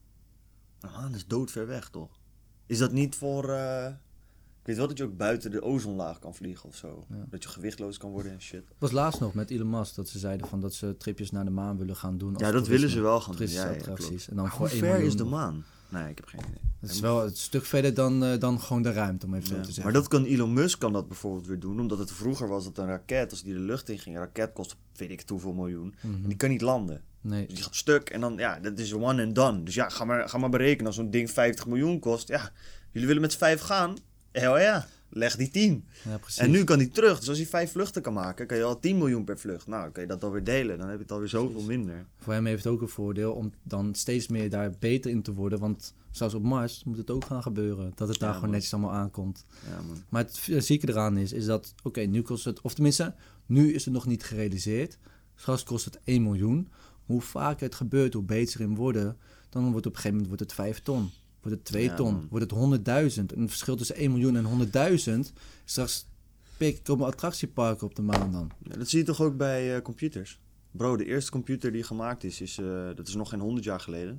De maan is doodver weg, toch? Is dat niet voor... Uh... Ik weet wel dat je ook buiten de ozonlaag kan vliegen of zo. Ja. Dat je gewichtloos kan worden en shit. Het was laatst nog met Elon Musk dat ze zeiden van dat ze tripjes naar de maan willen gaan doen. Ja, dat toerisme, willen ze wel gaan doen. Ja, ja, attracties. En dan maar voor hoe ver is de maan? Nee, ik heb geen idee. Het is wel een stuk verder dan, uh, dan gewoon de ruimte, om even ja. zo te zeggen. Maar dat kan Elon Musk kan dat bijvoorbeeld weer doen. Omdat het vroeger was dat een raket, als die de lucht in ging, een raket kost weet ik hoeveel miljoen. Mm-hmm. En die kan niet landen. Nee. Dus die gaat stuk en dan, ja, dat is one and done. Dus ja, ga maar, ga maar berekenen. Als zo'n ding vijftig miljoen kost, ja, jullie willen met vijf gaan? Hell ja, leg die tien. Ja, precies. En nu kan die terug. Dus als hij vijf vluchten kan maken, kan je al tien miljoen per vlucht. Nou, dan kan je dat alweer delen. Dan heb je het alweer zoveel precies. minder. Voor hem heeft het ook een voordeel om dan steeds meer daar beter in te worden. Want zelfs op Mars moet het ook gaan gebeuren. Dat het daar ja, gewoon man. netjes allemaal aankomt. Ja, man. Maar het zieke eraan is, is dat, oké, okay, nu kost het, of tenminste, nu is het nog niet gerealiseerd. Straks kost het één miljoen. Hoe vaker het gebeurt, hoe beter ze erin worden, dan wordt op een gegeven moment wordt het vijf ton. Wordt het twee ja, ton, man. Wordt het honderdduizend. En het verschil tussen één miljoen en honderdduizend. Straks pik, komen attractieparken op de maan dan. Ja, dat zie je toch ook bij uh, computers. Bro, de eerste computer die gemaakt is, is uh, dat is nog geen honderd jaar geleden.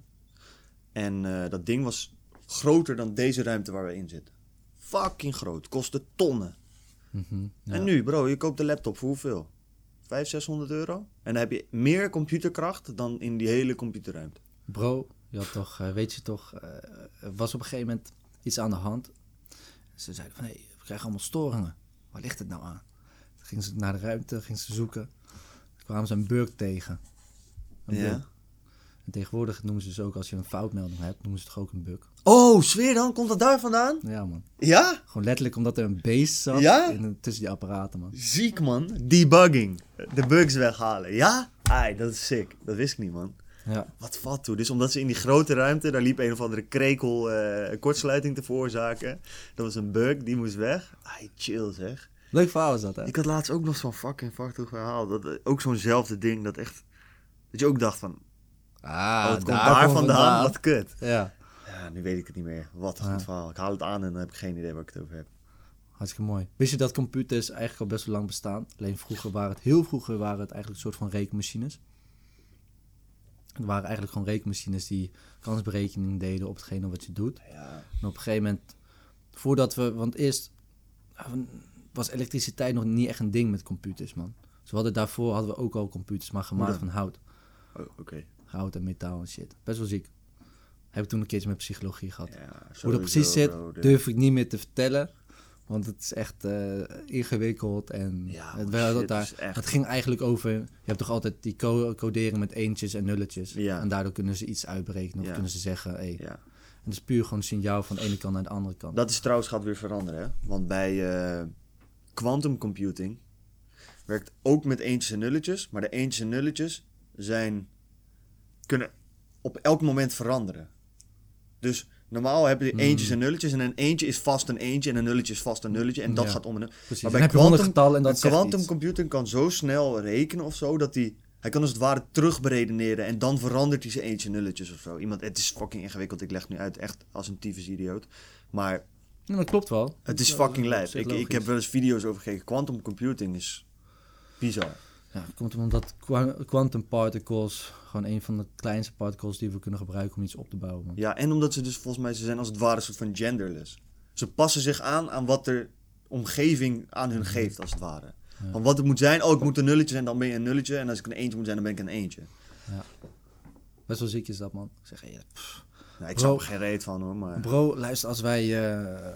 En uh, dat ding was groter dan deze ruimte waar we in zitten. Fucking groot. Kostte tonnen. Mm-hmm, ja. En nu, bro, je koopt de laptop voor hoeveel? vijfhonderd, zeshonderd euro? En dan heb je meer computerkracht dan in die hele computerruimte. Bro, je had toch, uh, weet je toch, uh, er was op een gegeven moment iets aan de hand. Ze zeiden van, hé, hey, we krijgen allemaal storingen. Waar ligt het nou aan? Toen gingen ze naar de ruimte, gingen ze zoeken. Toen kwamen ze een bug tegen. Een ja. bug. En tegenwoordig noemen ze dus ook, als je een foutmelding hebt, noemen ze toch ook een bug. Oh, zweer dan? Komt dat daar vandaan? Ja, man. Ja? Gewoon letterlijk omdat er een beest zat ja? in, tussen die apparaten, man. Ziek, man. Debugging. De bugs weghalen. Ja? Ai, dat is sick. Dat wist ik niet, man. Ja. Wat vat toe. Dus omdat ze in die grote ruimte, daar liep een of andere krekel uh, kortsluiting te veroorzaken. Dat was een bug, die moest weg. Ai, chill zeg. Leuk verhaal is dat, hè? Ik had laatst ook nog zo'n fucking fucking verhaal. Dat, uh, ook zo'nzelfde ding, dat echt... Dat je ook dacht van... Ah, oh, het komt daar daar vandaan. vandaan, wat kut. Ja. Ja, nu weet ik het niet meer. Wat een ja. goed verhaal. Ik haal het aan en dan heb ik geen idee waar ik het over heb. Hartstikke mooi. Wist je dat computers eigenlijk al best wel lang bestaan? Alleen vroeger waren het, heel vroeger waren het eigenlijk een soort van rekenmachines. Het waren eigenlijk gewoon rekenmachines die kansberekening deden op hetgene wat je doet. Ja. En op een gegeven moment, voordat we, want eerst was elektriciteit nog niet echt een ding met computers, man. Dus we hadden daarvoor hadden we ook al computers, maar gemaakt van hout. Oh, oké. Okay. Hout en metaal en shit. Best wel ziek. Heb ik toen een keertje met psychologie gehad. Ja, sowieso, hoe dat precies zit, bro, de... durf ik niet meer te vertellen. Want het is echt uh, ingewikkeld. En ja, het, shit, dat daar, echt... het ging eigenlijk over... Je hebt toch altijd die co- coderen met eentjes en nulletjes. Ja. En daardoor kunnen ze iets uitberekenen. Of ja. kunnen ze zeggen... Hey. Ja. het is puur gewoon een signaal van de ene kant naar de andere kant. Dat is trouwens gaat weer veranderen, hè? Want bij uh, quantum computing werkt ook met eentjes en nulletjes, maar de eentjes en nulletjes zijn, kunnen op elk moment veranderen. Dus normaal heb je eentjes en nulletjes en een eentje is vast een eentje en een nulletje is vast een nulletje en dat ja, gaat om een... Precies. Maar Dan bij heb je honderd getallen en dat zegt quantum iets. computing kan zo snel rekenen of zo, dat hij... Hij kan als het ware terugberedeneren en dan verandert hij zijn eentjes en nulletjes of zo. Iemand, het is fucking ingewikkeld, ik leg het nu uit echt als een tyfus idioot. Maar... Ja, dat klopt wel. Het is Ja, fucking dat lijp. is Ik, logisch. ik heb wel eens video's over gekeken. Quantum computing is bizar. Ja, het komt omdat qua- quantum particles gewoon een van de kleinste particles die we kunnen gebruiken om iets op te bouwen. Ja, en omdat ze dus volgens mij, ze zijn als het ware een soort van genderless. Ze passen zich aan aan wat de omgeving aan hun geeft, als het ware. Ja. Want wat het moet zijn, oh, ik moet een nulletje zijn, dan ben je een nulletje. En als ik een eentje moet zijn, dan ben ik een eentje. Ja. Best wel ziek is dat, man. Ik zeg, hey, pff. Nou, ik Bro. snap er geen reet van, hoor. Maar... Bro, luister, als wij uh,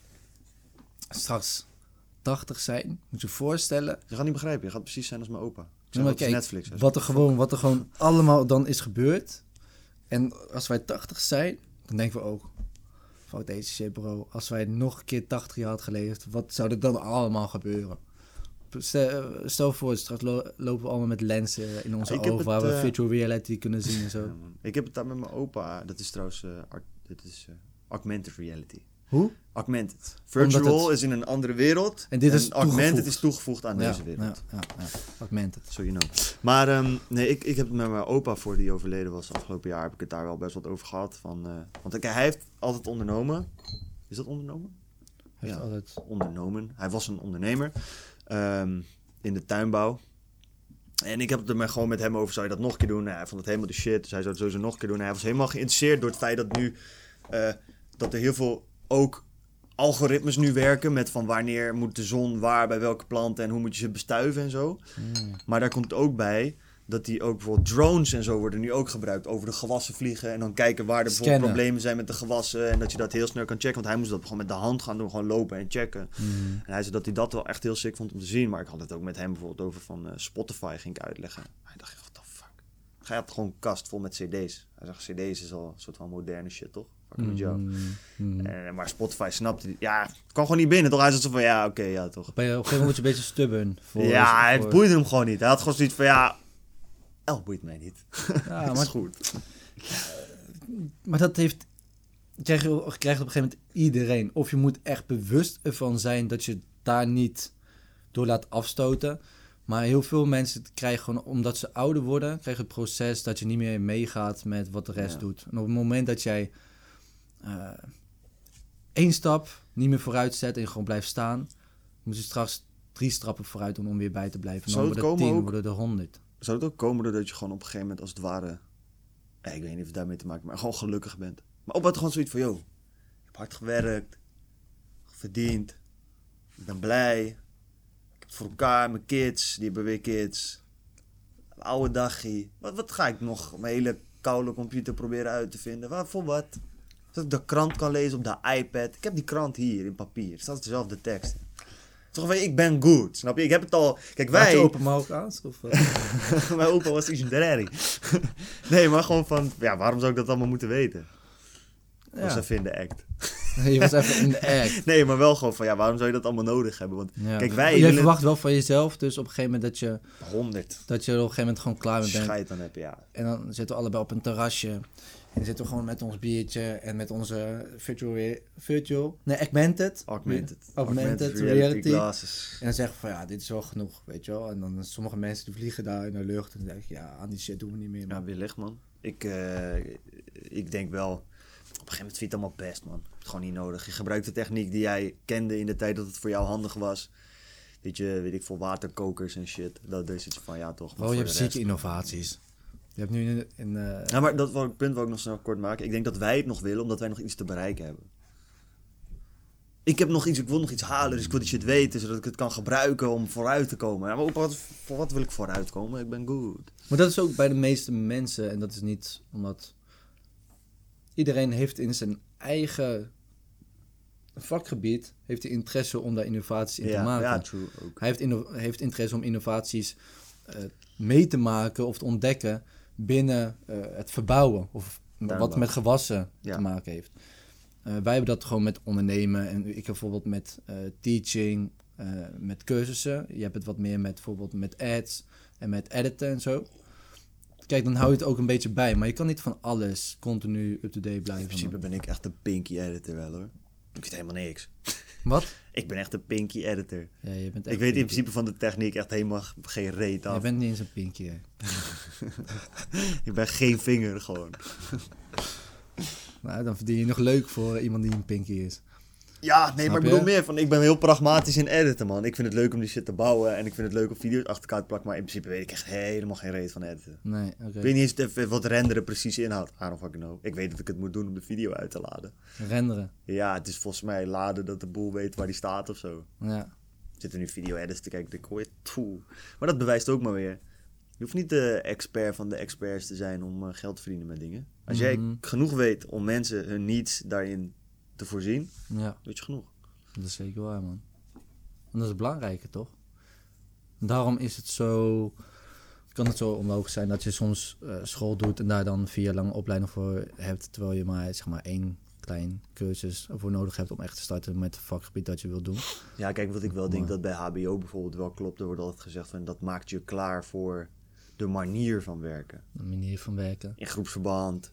straks tachtig zijn, moet je je voorstellen. Je gaat niet begrijpen, je gaat precies zijn als mijn opa. Ik Ja, zeg, maar dat is kijk, Netflix. Hè. wat er, gewoon, wat er gewoon allemaal dan is gebeurd. En als wij tachtig zijn, dan denken we ook, fuck deze shit, bro. Als wij nog een keer tachtig jaar had geleefd, wat zou er dan allemaal gebeuren? Stel, stel voor, straks lo- lopen we allemaal met lenzen in onze Ik heb ogen, het, waar we uh, virtual reality kunnen zien en zo. Ja, man. Ik heb het daar met mijn opa. Dat is trouwens, uh, art, dit is uh, augmented reality. Hoe? Augmented. Virtual Omdat het- is in een andere wereld. En dit is augmented toegevoegd. is toegevoegd aan Ja, deze wereld. ja, ja, ja. Augmented. So you know. Maar um, nee, ik, ik heb het met mijn opa, voor die overleden was afgelopen jaar, heb ik het daar wel best wat over gehad. Van, uh, want ik, hij heeft altijd ondernomen. Is dat ondernomen? Heeft Ja. altijd... Ondernomen. Hij was een ondernemer um, in de tuinbouw. En ik heb het er maar gewoon met hem over, zou je dat nog een keer doen? Nou, hij vond het helemaal de shit, dus hij zou het sowieso nog een keer doen. En hij was helemaal geïnteresseerd door het feit dat nu, uh, dat er heel veel ook algoritmes nu werken met van wanneer moet de zon waar bij welke planten en hoe moet je ze bestuiven en zo. Mm. Maar daar komt ook bij dat die ook bijvoorbeeld drones en zo worden nu ook gebruikt over de gewassen vliegen en dan kijken waar er bijvoorbeeld Scannen. problemen zijn met de gewassen en dat je dat heel snel kan checken. Want hij moest dat gewoon met de hand gaan doen, gewoon lopen en checken. Mm. En hij zei dat hij dat wel echt heel sick vond om te zien. Maar ik had het ook met hem bijvoorbeeld over van uh, Spotify ging ik uitleggen. Hij dacht, what the fuck. Hij had gewoon een kast vol met cd's. Hij zegt, cd's is al een soort van moderne shit, toch? Fuck met jou. Mm. Mm. En, maar Spotify snapte die. Ja, kan gewoon niet binnen, toch? Hij zat zo van, ja, oké, okay, ja, toch. Op een gegeven moment word je een beetje stubborn. Voor, ja, het voor... boeide hem gewoon niet. Hij had gewoon zoiets van, ja, El boeit mij niet. Ja, dat maar, is goed. maar dat heeft... Krijg je, krijg je op een gegeven moment iedereen. Of je moet echt bewust ervan zijn dat je daar niet door laat afstoten. Maar heel veel mensen krijgen gewoon, omdat ze ouder worden, krijgen het proces dat je niet meer meegaat met wat de rest Ja. doet. En op het moment dat jij uh, één stap niet meer vooruit zet en gewoon blijft staan, moet je straks drie stappen vooruit doen om weer bij te blijven. En dan Zou het worden er komen tien, ook- worden er honderd. Zou het ook komen doordat je gewoon op een gegeven moment als het ware... Ja, ik weet niet of het daarmee te maken heeft, maar gewoon gelukkig bent. Maar ook wat gewoon zoiets van, yo, ik heb hard gewerkt, verdiend, ik ben blij, ik heb het voor elkaar, mijn kids, die hebben weer kids, een oude dagje. Wat, wat ga ik nog mijn hele koude computer proberen uit te vinden? Waar, voor wat? Dat ik de krant kan lezen op de iPad. Ik heb die krant hier in papier, er staat dezelfde tekst in. Toch van, ik ben goed, snap je? Ik heb het al... Kijk, Wij... wij... je open mouw ook aan? Of, uh... Mijn opa was Isendereri. Nee, maar gewoon van... Ja, waarom zou ik dat allemaal moeten weten? Ja. Was ja. even in de act. Je was even in de act. Nee, maar wel gewoon van... Ja, waarom zou je dat allemaal nodig hebben? Want Ja. kijk, wij... Jij willen- verwacht wel van jezelf, dus op een gegeven moment dat je, honderd. dat je er op een gegeven moment gewoon klaar mee bent. Scheid dan heb je, ja. En dan zitten we allebei op een terrasje. En dan zitten we gewoon met ons biertje en met onze virtual... rea- virtual nee, augmented. Augmented. Augmented reality. glasses. En dan zeggen we van ja, dit is wel genoeg, weet je wel. En dan sommige mensen die vliegen daar in de lucht. En dan denk ik, ja, aan die shit doen we niet meer, man. Ja, wellicht, man. Ik, uh, ik denk wel... Op een gegeven moment vind je het allemaal best, man. Je hebt het gewoon niet nodig. Je gebruikt de techniek die jij kende in de tijd dat het voor jou handig was. Weet je, weet ik veel, waterkokers en shit. Dat is iets van, ja toch. maar Oh, je voor hebt de rest- zieke innovaties. Je hebt nu in... in uh... Ja, maar dat wou- punt wil ik nog snel kort maken. Ik denk dat wij het nog willen, omdat wij nog iets te bereiken hebben. Ik heb nog iets, ik wil nog iets halen, dus ik wil dat je het weet, zodat ik het kan gebruiken om vooruit te komen. Ja, maar op wat, voor wat wil ik vooruit komen? Ik ben goed. Maar dat is ook bij de meeste mensen. En dat is niet omdat... Iedereen heeft in zijn eigen vakgebied... heeft hij interesse om daar innovaties in te Ja, maken. ja, true ook. Hij heeft, inno- heeft interesse om innovaties uh, mee te maken of te ontdekken binnen uh, het verbouwen of wat met gewassen Ja. te maken heeft. Uh, wij hebben dat gewoon met ondernemen. En ik heb bijvoorbeeld met uh, teaching, uh, met cursussen. Je hebt het wat meer met bijvoorbeeld met ads en met editen en zo. Kijk, dan hou je het ook een beetje bij. Maar je kan niet van alles continu up-to-date blijven. In principe ben ik echt een pinky editor wel hoor. Ik weet helemaal niks. Wat? Ik ben echt een pinky editor. Ja, je bent echt Ik weet pinky. in principe van de techniek echt helemaal geen reet af. Je bent niet eens een pinky, hè. Ik ben geen vinger gewoon. Nou, dan verdien je nog leuk voor iemand die een pinky is. Ja, nee, Snap maar ik je? bedoel meer van, ik ben heel pragmatisch in editen, man. Ik vind het leuk om die shit te bouwen en ik vind het leuk om video's achter elkaar te plakken, maar in principe weet ik echt helemaal geen reet van editen. Nee, oké. Ik weet niet eens even wat renderen precies inhoudt. I don't fucking know. Ik weet dat ik het moet doen om de video uit te laden. Renderen. Ja, het is volgens mij laden dat de boel weet waar die staat of zo. Ja. Zitten nu video-edits te kijken, ik hoor toe. Maar dat bewijst ook maar weer. Je hoeft niet de expert van de experts te zijn om uh, geld te verdienen met dingen. Als jij Mhm. genoeg weet om mensen hun needs daarin te voorzien, Ja, weet je genoeg. dat is zeker waar, man. En dat is het belangrijke, toch? Daarom is het zo... Kan het zo onlogisch zijn dat je soms uh, school doet en daar dan vier jaar lang opleiding voor hebt, terwijl je maar, zeg maar één klein cursus voor nodig hebt om echt te starten met het vakgebied dat je wilt doen. Ja, kijk, wat ik wel denk Maar- dat bij H B O bijvoorbeeld wel klopt. Er wordt altijd gezegd van, dat maakt je klaar voor de manier van werken. Een manier van werken. In groepsverband.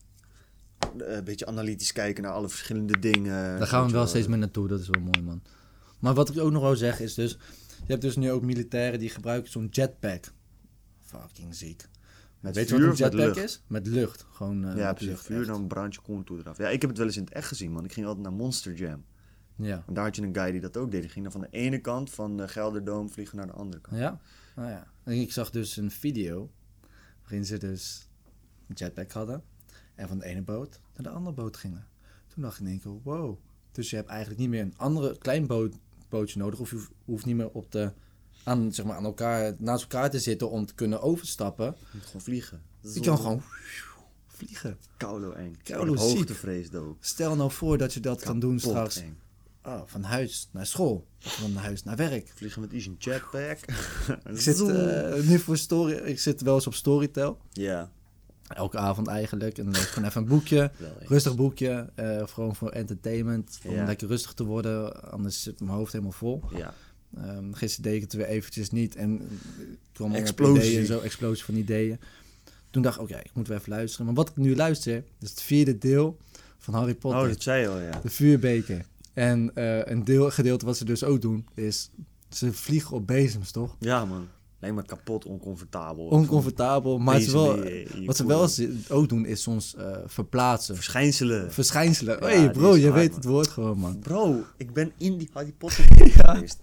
eh, Een beetje analytisch kijken naar alle verschillende dingen. Daar gaan we weet je wel steeds meer naartoe, dat is wel mooi, man. Maar wat ik ook nog wil zeggen is dus, je hebt dus nu ook militairen die gebruiken zo'n jetpack. Fucking ziek. Met Weet je vuur wat een of met jetpack lucht? is? Met lucht. Gewoon uh, Ja, met precies. lucht, Vuur, echt. dan brand je contour eraf. Ja, ik heb het wel eens in het echt gezien, man. Ik ging altijd naar Monster Jam. Ja. En daar had je een guy die dat ook deed. Die ging dan van de ene kant van de Gelderdoom vliegen naar de andere kant. Ja? Nou ja. En ik zag dus een video waarin ze dus een jetpack hadden en van de ene boot naar de andere boot gingen. Toen dacht ik in één keer, wow. Dus je hebt eigenlijk niet meer een andere klein boot, bootje nodig. Of je hoeft, hoeft niet meer op de, aan, zeg maar, aan elkaar, naast elkaar te zitten om te kunnen overstappen. Je moet gewoon vliegen. Dat is Je wel kan gewoon vliegen. Koulo eng. Koulo Ik heb ziek. hoogtevrees ook. Stel nou voor dat je dat kan doen Kapot straks eng. oh, van huis naar school. Of van huis naar werk. Vliegen met iets een jetpack. Ik zit uh, nu voor story, ik zit wel eens op Storytel. Ja. Elke avond eigenlijk. En dan lees ik gewoon even een boekje. Wel, ja. Rustig boekje. Uh, gewoon voor entertainment. Om Ja. lekker rustig te worden. Anders zit mijn hoofd helemaal vol. Ja. Um, gisteren deed ik het weer eventjes niet. En uh, kwam er Explosie. ideeën en zo. Explosie van ideeën. Toen dacht ik, oké, okay, ik moet weer even luisteren. Maar wat ik nu luister, is het vierde deel van Harry Potter. Oh, dat zei je al, ja. De vuurbeker. En uh, een deel, gedeelte wat ze dus ook doen, is ze vliegen op bezems, toch? Ja, man. Alleen maar kapot, oncomfortabel. Oncomfortabel, maar ze wel, Bezem in je wat ze koelen. wel eens ook doen, is soms uh, verplaatsen. Verschijnselen. Verschijnselen. Ja, Hé hey, die bro, is je hard, weet man. het woord gewoon, man. Bro, ik ben in die Harry Potter geweest.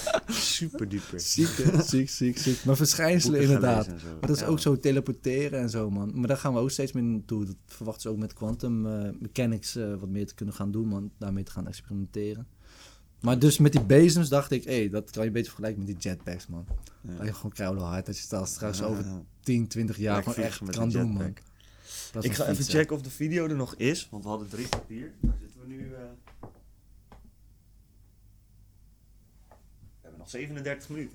Super duper. Ziek, hè? ziek, ziek, ziek. Maar verschijnselen Boeken inderdaad. gelezen en zo. Maar dat is Ja, ook man. zo teleporteren en zo, man. Maar daar gaan we ook steeds meer naartoe. Dat verwachten ze ook met quantum uh, mechanics uh, wat meer te kunnen gaan doen, man. Daarmee te gaan experimenteren. Maar dus met die bezems dacht ik, hé, hey, dat kan je beter vergelijken met die jetpacks, man. Ja. Dat je gewoon koude hard, dat je dat straks Ja, over ja. tien, twintig jaar Lekker gewoon echt vliegen met kan een doen, man. jetpack. Dat Ik ga even checken of de video er nog is, want we hadden drie kwartier. Waar zitten we nu? Uh... We hebben nog zevenendertig minuten.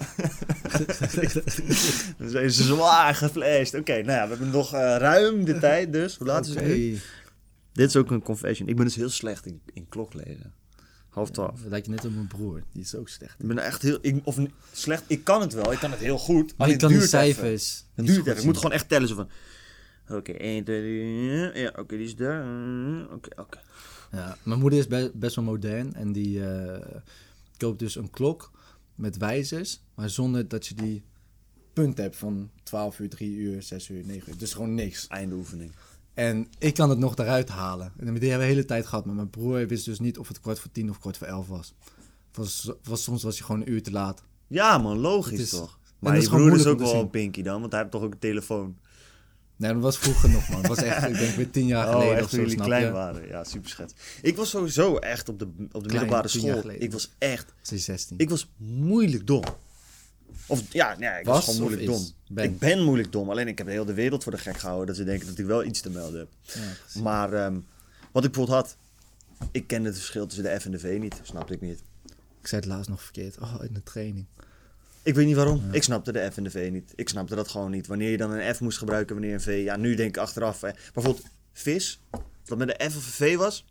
We zijn zwaar geflasht. Oké, okay, nou ja, we hebben nog uh, ruim de tijd dus. Hoe laat is het nu? Oké. Dit is ook een confession. Ik ben dus heel slecht in, in klok lezen. Half twaalf. Dat lijkt net op mijn broer, die is ook slecht. Ik ben echt heel... Ik, of n- slecht, ik kan het wel. Ik kan het heel goed. Maar Maar je het kan die duurt even. cijfers. Het niet duurt goed even. Ik zien. moet gewoon echt tellen. Zo van... Oké, okay, één, twee, drie... Ja, oké, okay, die is daar. Oké, okay, oké. Okay. Ja, mijn moeder is be- best wel modern en die uh, koopt dus een klok met wijzers, maar zonder dat je die punt hebt van twaalf uur, drie uur, zes uur, negen uur. Dus gewoon niks. Einde oefening. En ik kan het nog eruit halen. En die hebben we de hele tijd gehad. Maar mijn broer wist dus niet of het kwart voor tien of kwart voor elf was. was, was soms was je gewoon een uur te laat. Ja man, logisch Het is- toch. en Maar dat je is gewoon broer is moeilijk ook om te wel zien. een pinky dan, want hij heeft toch ook een telefoon. Nee, dat was vroeger nog, man. Dat was echt, ik denk weer tien jaar geleden oh, echt of toen zo, jullie snap klein je? waren. Ja, super schat. Ik was sowieso echt op de, op de middelbare tien jaar school. geleden. Ik was echt, Ze is zestien. ik was moeilijk dom. Of ja, nee, ik was, Was gewoon of moeilijk is? dom. Ben. Ik ben moeilijk dom, alleen ik heb de hele wereld voor de gek gehouden dat ze denken dat ik wel iets te melden heb. Ja, precies. Maar um, wat ik bijvoorbeeld had, ik kende het verschil tussen de F en de V niet, snapte ik niet. Ik zei het laatst nog verkeerd. Oh, in de training. Ik weet niet waarom. Ja. Ik snapte de F en de V niet. Ik snapte dat gewoon niet. Wanneer je dan een F moest gebruiken, wanneer een V. Ja, nu denk ik achteraf. Eh, bijvoorbeeld vis, dat met de F of een V was.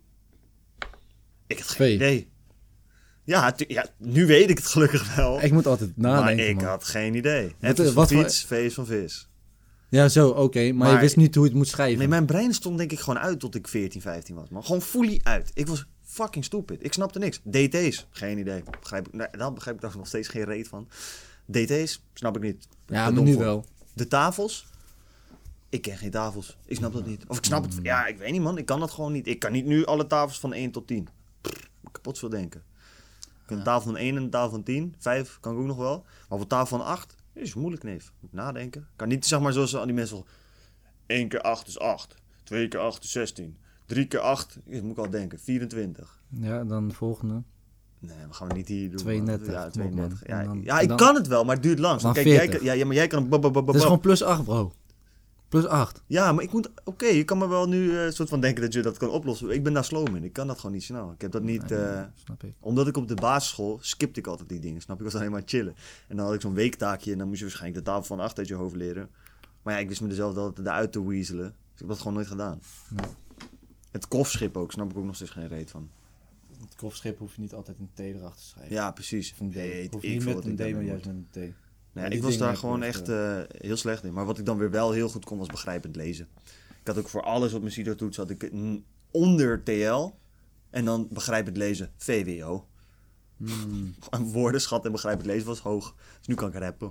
Ik had geen V. idee. Ja, tu- ja, nu weet ik het gelukkig wel. Ik moet altijd nadenken, maar ik man. had geen idee. F Wat- is van wat voor- fiets, V is van vis. Ja, zo, oké. maar, Maar- je wist niet hoe je het moet schrijven. Nee, mijn brein stond denk ik gewoon uit tot ik veertien, vijftien was, man. Gewoon fully uit. Ik was fucking stupid. Ik snapte niks. D T's, geen idee. Begrijp ik, nee, daar begrijp ik daar nog steeds geen reet van. D T's, snap ik niet. ja, Te maar dom nu voor. wel. De tafels, ik ken geen tafels. Ik snap dat niet. Of ik snap het, ja, ik weet niet, man. Ik kan dat gewoon niet. Ik kan niet nu alle tafels van één tot tien. Pff, kapot veel denken. Ik kan een tafel van één en een tafel van tien. vijf kan ik ook nog wel. Maar op een tafel van acht is moeilijk, neef. Moet nadenken. Ik kan niet, zeg maar, zoals al die mensen al... één keer acht is acht. twee keer acht is zestien. drie keer acht, is, moet ik al denken, vierentwintig. Ja, dan de volgende. Nee, we gaan we niet hier doen. tweeëndertig, Ja, man. tweeëndertig. Ja, En dan- ja en ik dan- kan het wel, maar het duurt lang. Dan Kijk, jij, veertig. kan- ja, ja, maar jij kan... bab, bab, bab, Het is bab. gewoon plus acht, bro. Plus acht. Ja, maar ik moet... Oké, je kan me wel nu een soort van denken dat je dat kan oplossen. Ik ben daar slow in. Ik kan dat gewoon niet snel. Ik heb dat niet... Nee, eh, snap ik. Omdat ik op de basisschool skipte ik altijd die dingen. Snap je? Ik was alleen maar chillen. En dan had ik zo'n weektaakje en dan moest je waarschijnlijk de tafel van acht uit je hoofd leren. Maar ja, ik wist me dezelfde altijd eruit te weaselen. Dus ik heb dat gewoon nooit gedaan. Ja. Het kofschip ook, snap ik ook nog steeds geen reet van. Het kofschip hoef je niet altijd een T erachter te schrijven. Ja, precies. Of een D. Weet hoef ik je niet veel met wat een ik D, daarmee maar moet. juist met een T. Nee, Ja, ik die was dingen daar heb gewoon ik echt eh, eh, heel slecht in. Maar wat ik dan weer wel heel goed kon, was begrijpend lezen. Ik had ook voor alles op mijn CITO-toets had ik een onder T L en dan begrijpend lezen V W O. hmm. Gewoon woordenschat en begrijpend lezen was hoog. Dus nu kan ik rappen.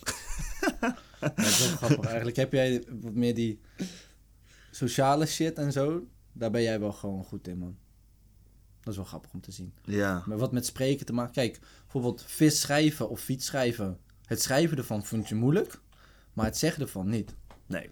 Ja, dat is wel grappig. Eigenlijk heb jij wat meer die sociale shit en zo. Daar ben jij wel gewoon goed in, man. Dat is wel grappig om te zien. Ja. Maar wat met spreken te maken... Kijk, bijvoorbeeld vis schrijven of fiets schrijven. Het schrijven ervan vond je moeilijk, maar het zeggen ervan niet. Nee.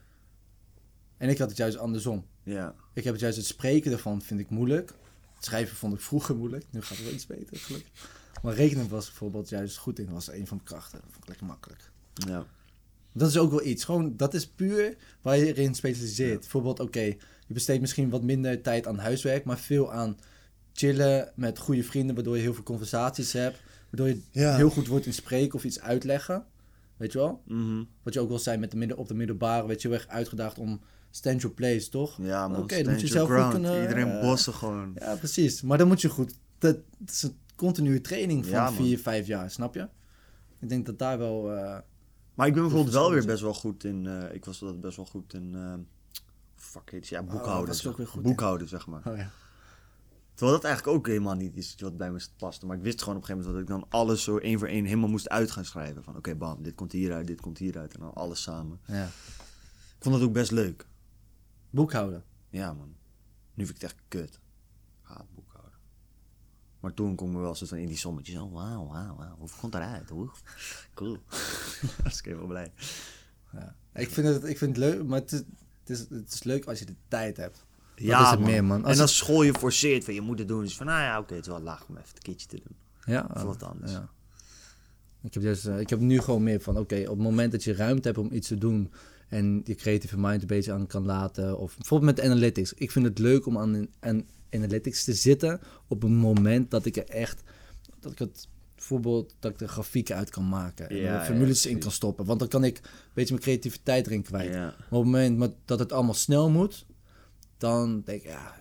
En ik had het juist andersom. Ja. Ik heb het juist het spreken ervan vind ik moeilijk. Het schrijven vond ik vroeger moeilijk. Nu gaat het wel iets beter, gelukkig. Maar rekenen was bijvoorbeeld juist goed in. Dat was een van de krachten. Dat vond ik lekker makkelijk. Ja. Dat is ook wel iets. Gewoon, dat is puur waar je erin specialiseert. Ja. Bijvoorbeeld, oké, je besteedt misschien wat minder tijd aan huiswerk, maar veel aan chillen met goede vrienden, waardoor je heel veel conversaties hebt. Waardoor je Ja. heel goed wordt in spreken of iets uitleggen. Weet je wel? Mhm. Wat je ook wel zei met de midden, op de middelbare, werd je heel erg uitgedaagd om stand your place, toch? Ja, man. Oké, dan stand moet je your zelf goed ground. kunnen... Iedereen ja. bossen gewoon. Ja, precies. Maar dan moet je goed... Dat, dat is een continue training van Ja, man. vier, vijf jaar, snap je? Ik denk dat daar wel... eh, Maar ik ben bijvoorbeeld wel verschil weer is. best wel goed in... eh, ik was dat best wel goed in... eh, fuck it. Ja, boekhouden. was ik ook weer goed in. boekhouden, zeg maar. oh ja. Terwijl dat eigenlijk ook helemaal niet is wat bij me paste. Maar ik wist gewoon op een gegeven moment dat ik dan alles zo één voor één helemaal moest uit gaan schrijven. Van oké, bam, dit komt hieruit, dit komt hieruit. En dan alles samen. ja. Ik vond dat ook best leuk. Boekhouden. Ja, man. Nu vind ik het echt kut. Haat boekhouden. Maar toen kon ik me wel zo van in die sommetjes. Oh, wauw, wauw, wauw. Hoeveel komt eruit? Hoe? Cool. Dat is ik wel blij. Ja. Ik, vind het, ik vind het leuk, maar het is, het, is, het is leuk als je de tijd hebt. Ja, is het meer, man. Als en als het- school je forceert van je moet het doen. Dus van, nou ja, oké, het is wel laag om even een keertje te doen. Ja, Of wat anders. Ja. Ik, heb dus, eh, ik heb nu gewoon meer van, oké, op het moment dat je ruimte hebt om iets te doen en je creatieve mind een beetje aan kan laten, of bijvoorbeeld met analytics. Ik vind het leuk om aan, aan analytics te zitten op een moment dat ik er echt, dat ik het bijvoorbeeld, dat ik de grafieken uit kan maken en Ja, er formules ja, in kan stoppen. Want dan kan ik een beetje mijn creativiteit erin kwijt. Ja. Maar op het moment maar dat het allemaal snel moet, dan denk ik, ja,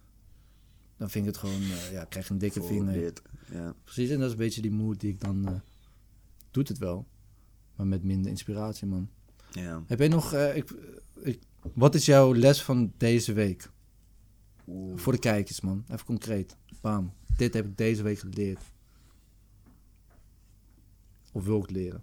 dan vind ik het gewoon, uh, ja, ik krijg een dikke Voor vinger. dit. Ja. Precies, en dat is een beetje die mood die ik dan, uh, doet het wel, maar met minder inspiratie, man. Ja. Heb jij nog, uh, ik, ik, wat is jouw les van deze week? Oeh. Voor de kijkers, man. Even concreet. Bam. Dit heb ik deze week geleerd. Of wil ik leren?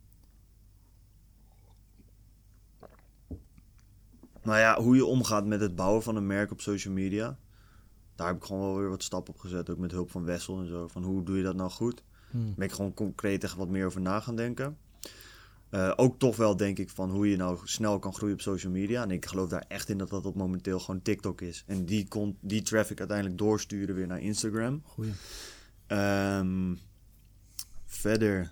Nou ja, hoe je omgaat met het bouwen van een merk op social media. Daar heb ik gewoon wel weer wat stappen op gezet. Ook met hulp van Wessel en zo. Van hoe doe je dat nou goed? Hmm. Daar ben ik gewoon concreet echt wat meer over na gaan denken. Uh, ook toch wel denk ik van hoe je nou snel kan groeien op social media. En ik geloof daar echt in dat dat op momenteel gewoon TikTok is. En die, kon, die traffic uiteindelijk doorsturen weer naar Instagram. Goeie. Um, verder.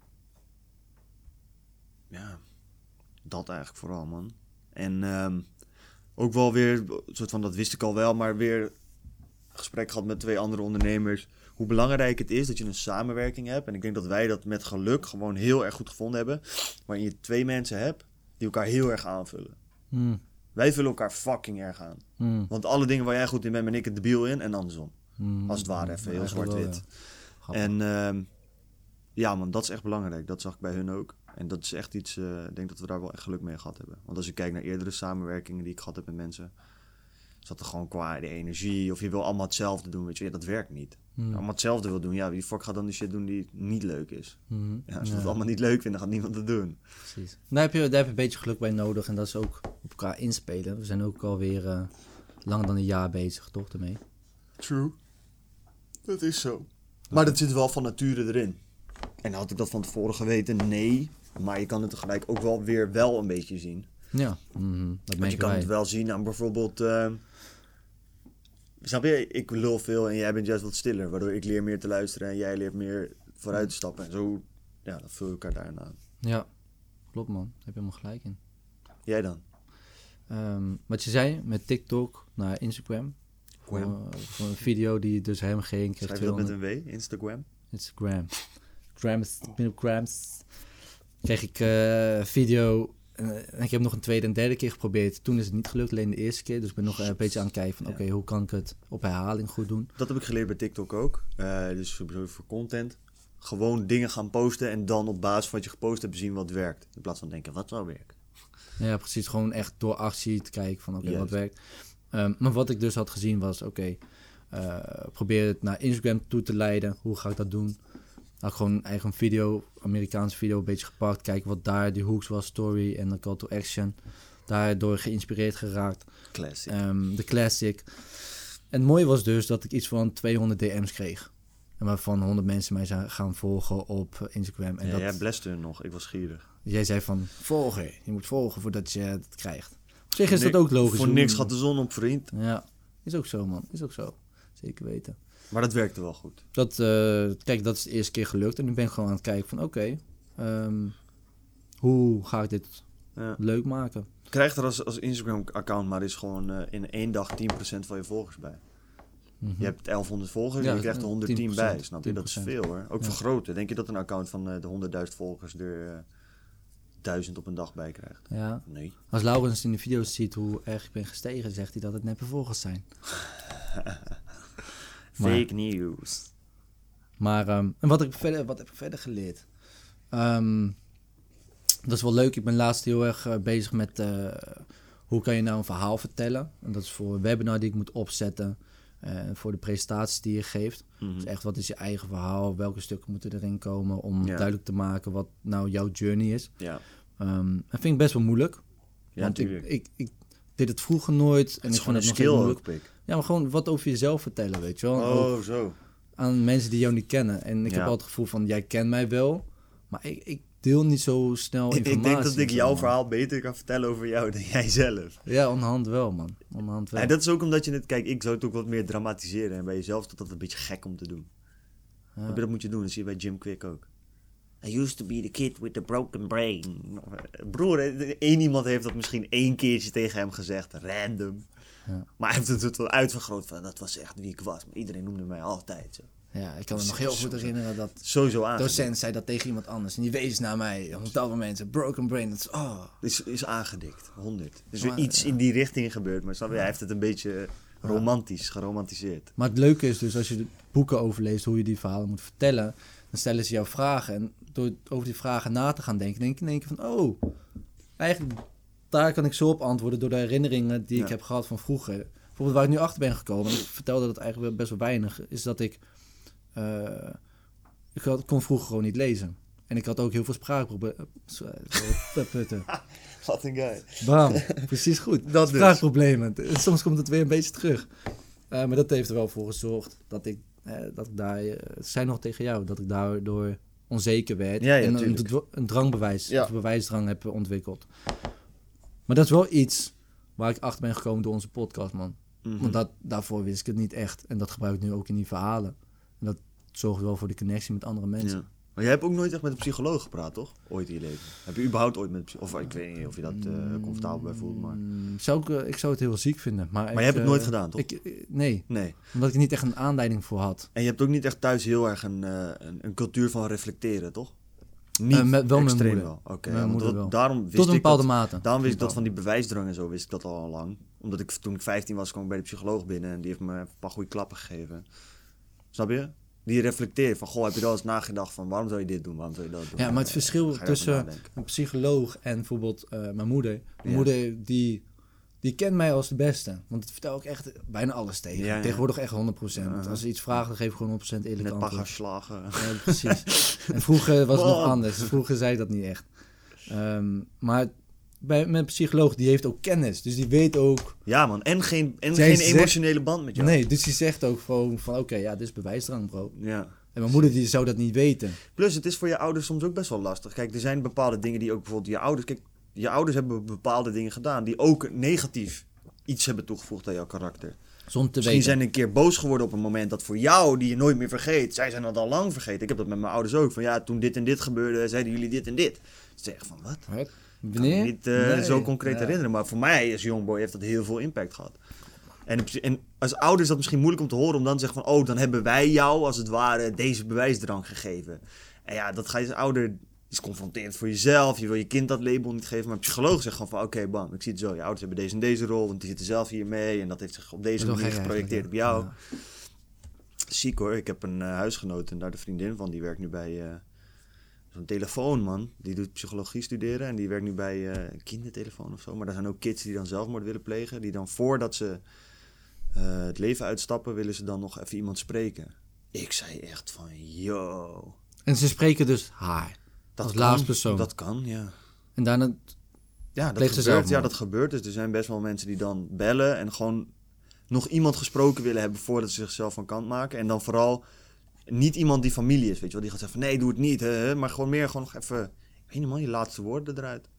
Ja, dat eigenlijk vooral, man. En um, ook wel weer, soort van, dat wist ik al wel, maar weer een gesprek gehad met twee andere ondernemers. Hoe belangrijk het is dat je een samenwerking hebt. En ik denk dat wij dat met geluk gewoon heel erg goed gevonden hebben. Waarin je twee mensen hebt die elkaar heel erg aanvullen. Hmm. Wij vullen elkaar fucking erg aan. Mm. Want alle dingen waar jij goed in bent, ben ik het debiel in en andersom. Mm. Als het ware even, heel Ja, zwart-wit. ja. En uh, ja man, dat is echt belangrijk. Dat zag ik bij hun ook. En dat is echt iets, uh, ik denk dat we daar wel echt geluk mee gehad hebben. Want als je kijkt naar eerdere samenwerkingen die ik gehad heb met mensen, zat er gewoon qua de energie, of je wil allemaal hetzelfde doen, weet je, ja, dat werkt niet. Mm. Allemaal hetzelfde wil doen, ja, wie fuck gaat dan die shit doen die niet leuk is? Mm. Ja, als we Ja. het allemaal niet leuk vinden, gaat niemand het doen. Precies. Daar heb, je, daar heb je een beetje geluk bij nodig en dat is ook op elkaar inspelen. We zijn ook alweer uh, langer dan een jaar bezig, toch, ermee? True. Dat is zo. Maar dat zit wel van nature erin. En had ik dat van tevoren geweten? Nee. Maar je kan het tegelijk ook wel weer wel een beetje zien. Ja, mm-hmm. dat Want je kan wij. het wel zien aan bijvoorbeeld... Uh, snap je? Ik lul veel en jij bent juist wat stiller. Waardoor ik leer meer te luisteren en jij leert meer vooruit te stappen. En zo, ja, dan vul je elkaar daarin aan. Ja, klopt man. Daar heb je helemaal gelijk in. Jij dan? Um, wat je zei, met TikTok naar Instagram. Voor, uh, voor een video die dus helemaal geen kreeg. Schrijf je dat met een W? Instagram? Instagram. Grams, ik ben op Grams. Kreeg ik uh, video. Uh, en ik heb nog een tweede en derde keer geprobeerd. Toen is het niet gelukt, alleen de eerste keer. Dus ik ben nog uh, een beetje aan het kijken van oké, okay, hoe kan ik het op herhaling goed doen? Dat heb ik geleerd bij TikTok ook. Uh, dus voor, voor content. Gewoon dingen gaan posten en dan op basis van wat je gepost hebt zien wat werkt. In plaats van denken, wat zou werken? Ja, precies. Gewoon echt door actie te kijken van oké, okay, wat werkt. Um, maar wat ik dus had gezien was, oké, okay, uh, probeer het naar Instagram toe te leiden. Hoe ga ik dat doen? Had gewoon een eigen video, Amerikaanse video, een beetje gepakt. Kijken wat daar die hooks was, story en de call to action. Daardoor geïnspireerd geraakt. Classic. Um, de classic. En het mooie was dus dat ik iets van tweehonderd D M's kreeg. En waarvan honderd mensen mij zijn gaan volgen op Instagram. En ja, dat, jij bleste hun nog, ik was gierig. Jij zei van, volgen. Je moet volgen voordat je het krijgt. Op zich is dat ook logisch. Voor niks gaat de zon op, vriend. Ja, is ook zo, man. Is ook zo. Zeker weten. Maar dat werkte wel goed. Dat, uh, kijk, dat is de eerste keer gelukt. En nu ben ik gewoon aan het kijken van, oké, okay, um, hoe ga ik dit ja. leuk maken? Krijg er als, als Instagram-account maar eens gewoon uh, in één dag tien procent van je volgers bij. Mm-hmm. Je hebt elfhonderd volgers ja, en je krijgt er honderdtien bij. Snap je? Dat is veel hoor. Ook ja. vergroten. Denk je dat een account van uh, de honderdduizend volgers er uh, duizend op een dag bij krijgt? Ja. Nee. Als Laurens in de video's ziet hoe erg ik ben gestegen, zegt hij dat het neppe volgers zijn. Fake news. Maar um, en wat, ik verder, wat heb ik verder geleerd? Um, dat is wel leuk. Ik ben laatst heel erg uh, bezig met uh, hoe kan je nou een verhaal vertellen. En dat is voor een webinar die ik moet opzetten. Uh, voor de presentaties die je geeft. Mm-hmm. Dus echt, wat is je eigen verhaal? Welke stukken moeten erin komen om ja. duidelijk te maken wat nou jouw journey is? Ja. Um, dat vind ik best wel moeilijk. Ja, want ik, ik, ik deed het vroeger nooit. En het is ik vond het een nog skill moeilijk. Pik. Ja, maar gewoon wat over jezelf vertellen, weet je wel. Oh, ook zo. aan mensen die jou niet kennen. En ik ja. heb altijd het gevoel van, jij kent mij wel, maar ik, ik deel niet zo snel informatie. Ik denk dat ik jouw man. verhaal beter kan vertellen over jou dan jij zelf. Ja, onderhand wel, man. Onderhand wel. Ja, dat is ook omdat je het... Kijk, ik zou het ook wat meer dramatiseren. En bij jezelf is dat een beetje gek om te doen. Ja. Dat moet je doen. Dat zie je bij Jim Quick ook. I used to be the kid with the broken brain. Broer, één iemand heeft dat misschien één keertje tegen hem gezegd. Random. Ja. Maar hij heeft het wel uitvergroot van, dat was echt wie ik was. Maar iedereen noemde mij altijd zo. Ja, ik kan me nog heel goed herinneren dat sowieso de docent zei dat tegen iemand anders. En die wees naar mij. Honderd mensen, broken brain. Dat is, oh. is, is aangedikt, honderd. Er is weer iets ja. in die richting gebeurd. Maar snap je, hij heeft het een beetje romantisch, geromantiseerd. Maar het leuke is dus, als je de boeken overleest hoe je die verhalen moet vertellen, dan stellen ze jou vragen. En door over die vragen na te gaan denken, denk je in één keer van, oh, eigenlijk daar kan ik zo op antwoorden door de herinneringen die ja. ik heb gehad van vroeger. Bijvoorbeeld waar ik nu achter ben gekomen, en ik vertelde dat eigenlijk best wel weinig, is dat ik, uh, ik had, kon vroeger gewoon niet lezen. En ik had ook heel veel spraakproblemen. Wat een guy. Bam, precies goed. Dat spraakproblemen. Dus. Soms komt het weer een beetje terug. Uh, maar dat heeft er wel voor gezorgd dat ik, uh, dat ik daar, uh, het zei nog tegen jou, dat ik daardoor onzeker werd. Ja, ja, en een, een, een drangbewijs, ja. een bewijsdrang heb ontwikkeld. Maar dat is wel iets waar ik achter ben gekomen door onze podcast, man. Mm-hmm. Want dat, daarvoor wist ik het niet echt. En dat gebruik ik nu ook in die verhalen. En dat zorgt wel voor de connectie met andere mensen. Ja. Maar jij hebt ook nooit echt met een psycholoog gepraat, toch? Ooit in je leven. Heb je überhaupt ooit met een Of ik weet niet of je dat uh, comfortabel bij voelt, maar... Zou ik, uh, ik zou het heel ziek vinden. Maar, maar ik, je hebt het uh, nooit gedaan, toch? Ik, uh, nee. nee. Omdat ik niet echt een aanleiding voor had. En je hebt ook niet echt thuis heel erg een, uh, een, een cultuur van reflecteren, toch? Niet Uh, met- wel mijn extreem moeder. wel. Oké, Mijn ja, want moeder dat- wel. daarom wist Tot een ik bepaalde dat, mate. daarom wist ik dat Tot van die bewijsdrang en zo, wist ik dat al lang. Omdat ik toen ik vijftien was, kwam ik bij de psycholoog binnen en die heeft me een paar goede klappen gegeven. Snap je? Die reflecteert van, goh, heb je wel eens nagedacht van, waarom zou je dit doen, waarom zou je dat doen? Ja, maar het verschil ga je erover tussen nadenken. een psycholoog en bijvoorbeeld uh, mijn moeder. Mijn Ja. moeder die, die kent mij als de beste. Want het vertel ik echt bijna alles tegen. Ja, ja. Tegenwoordig echt honderd procent. Uh-huh. Als ze iets vragen, dan geef ik gewoon honderd procent eerlijk Net antwoord. paar slagen. Ja, precies. En vroeger was het nog Man. anders. Vroeger zei ik dat niet echt. Um, maar bij mijn psycholoog, die heeft ook kennis. Dus die weet ook... Ja man, en geen, en Zij geen zegt- emotionele band met jou. Nee, dus die zegt ook gewoon van... Oké, ja, dit is bewijsdrang, bro. Ja. En mijn moeder die zou dat niet weten. Plus, het is voor je ouders soms ook best wel lastig. Kijk, er zijn bepaalde dingen die ook bijvoorbeeld je ouders... Kijk, je ouders hebben bepaalde dingen gedaan die ook negatief iets hebben toegevoegd aan jouw karakter. Zonder te Misschien weten. zijn een keer boos geworden op een moment dat voor jou, die je nooit meer vergeet, zij zijn dat al lang vergeten. Ik heb dat met mijn ouders ook. Van ja, toen dit en dit gebeurde, zeiden jullie dit en dit. Dus zeg van, wat? Wat? Ik kan Wanneer? me niet uh, Nee. zo concreet Ja. herinneren. Maar voor mij als jongboy heeft dat heel veel impact gehad. En, op- en als ouders is dat misschien moeilijk om te horen, om dan te zeggen van, oh, dan hebben wij jou als het ware deze bewijsdrang gegeven. En ja, dat ga je als ouder, is confronterend voor jezelf. Je wil je kind dat label niet geven. Maar een psycholoog zegt gewoon van, oké, bam, ik zie het zo. Je ouders hebben deze en deze rol, want die zitten zelf hiermee. En dat heeft zich op deze Dat is wel manier gek geprojecteerd op eigenlijk, jou. ja. Ziek hoor, ik heb een uh, huisgenoot en daar de vriendin van, die werkt nu bij uh, zo'n telefoon, man. Die doet psychologie studeren en die werkt nu bij uh, een kindertelefoon of zo. Maar er zijn ook kids die dan zelfmoord willen plegen, die dan voordat ze uh, het leven uitstappen, willen ze dan nog even iemand spreken. Ik zei echt van, yo. En ze spreken dus haar. Dat als kan, laatste persoon. Dat kan, ja. En daarna... Ja, dat Pleegt ze gebeurt, zelfmoord. ja, dat gebeurt. Dus er zijn best wel mensen die dan bellen en gewoon nog iemand gesproken willen hebben voordat ze zichzelf van kant maken. En dan vooral niet iemand die familie is, weet je wel. Die gaat zeggen van nee, doe het niet, hè, maar gewoon meer gewoon nog even, ik weet niet man, je laatste woorden eruit.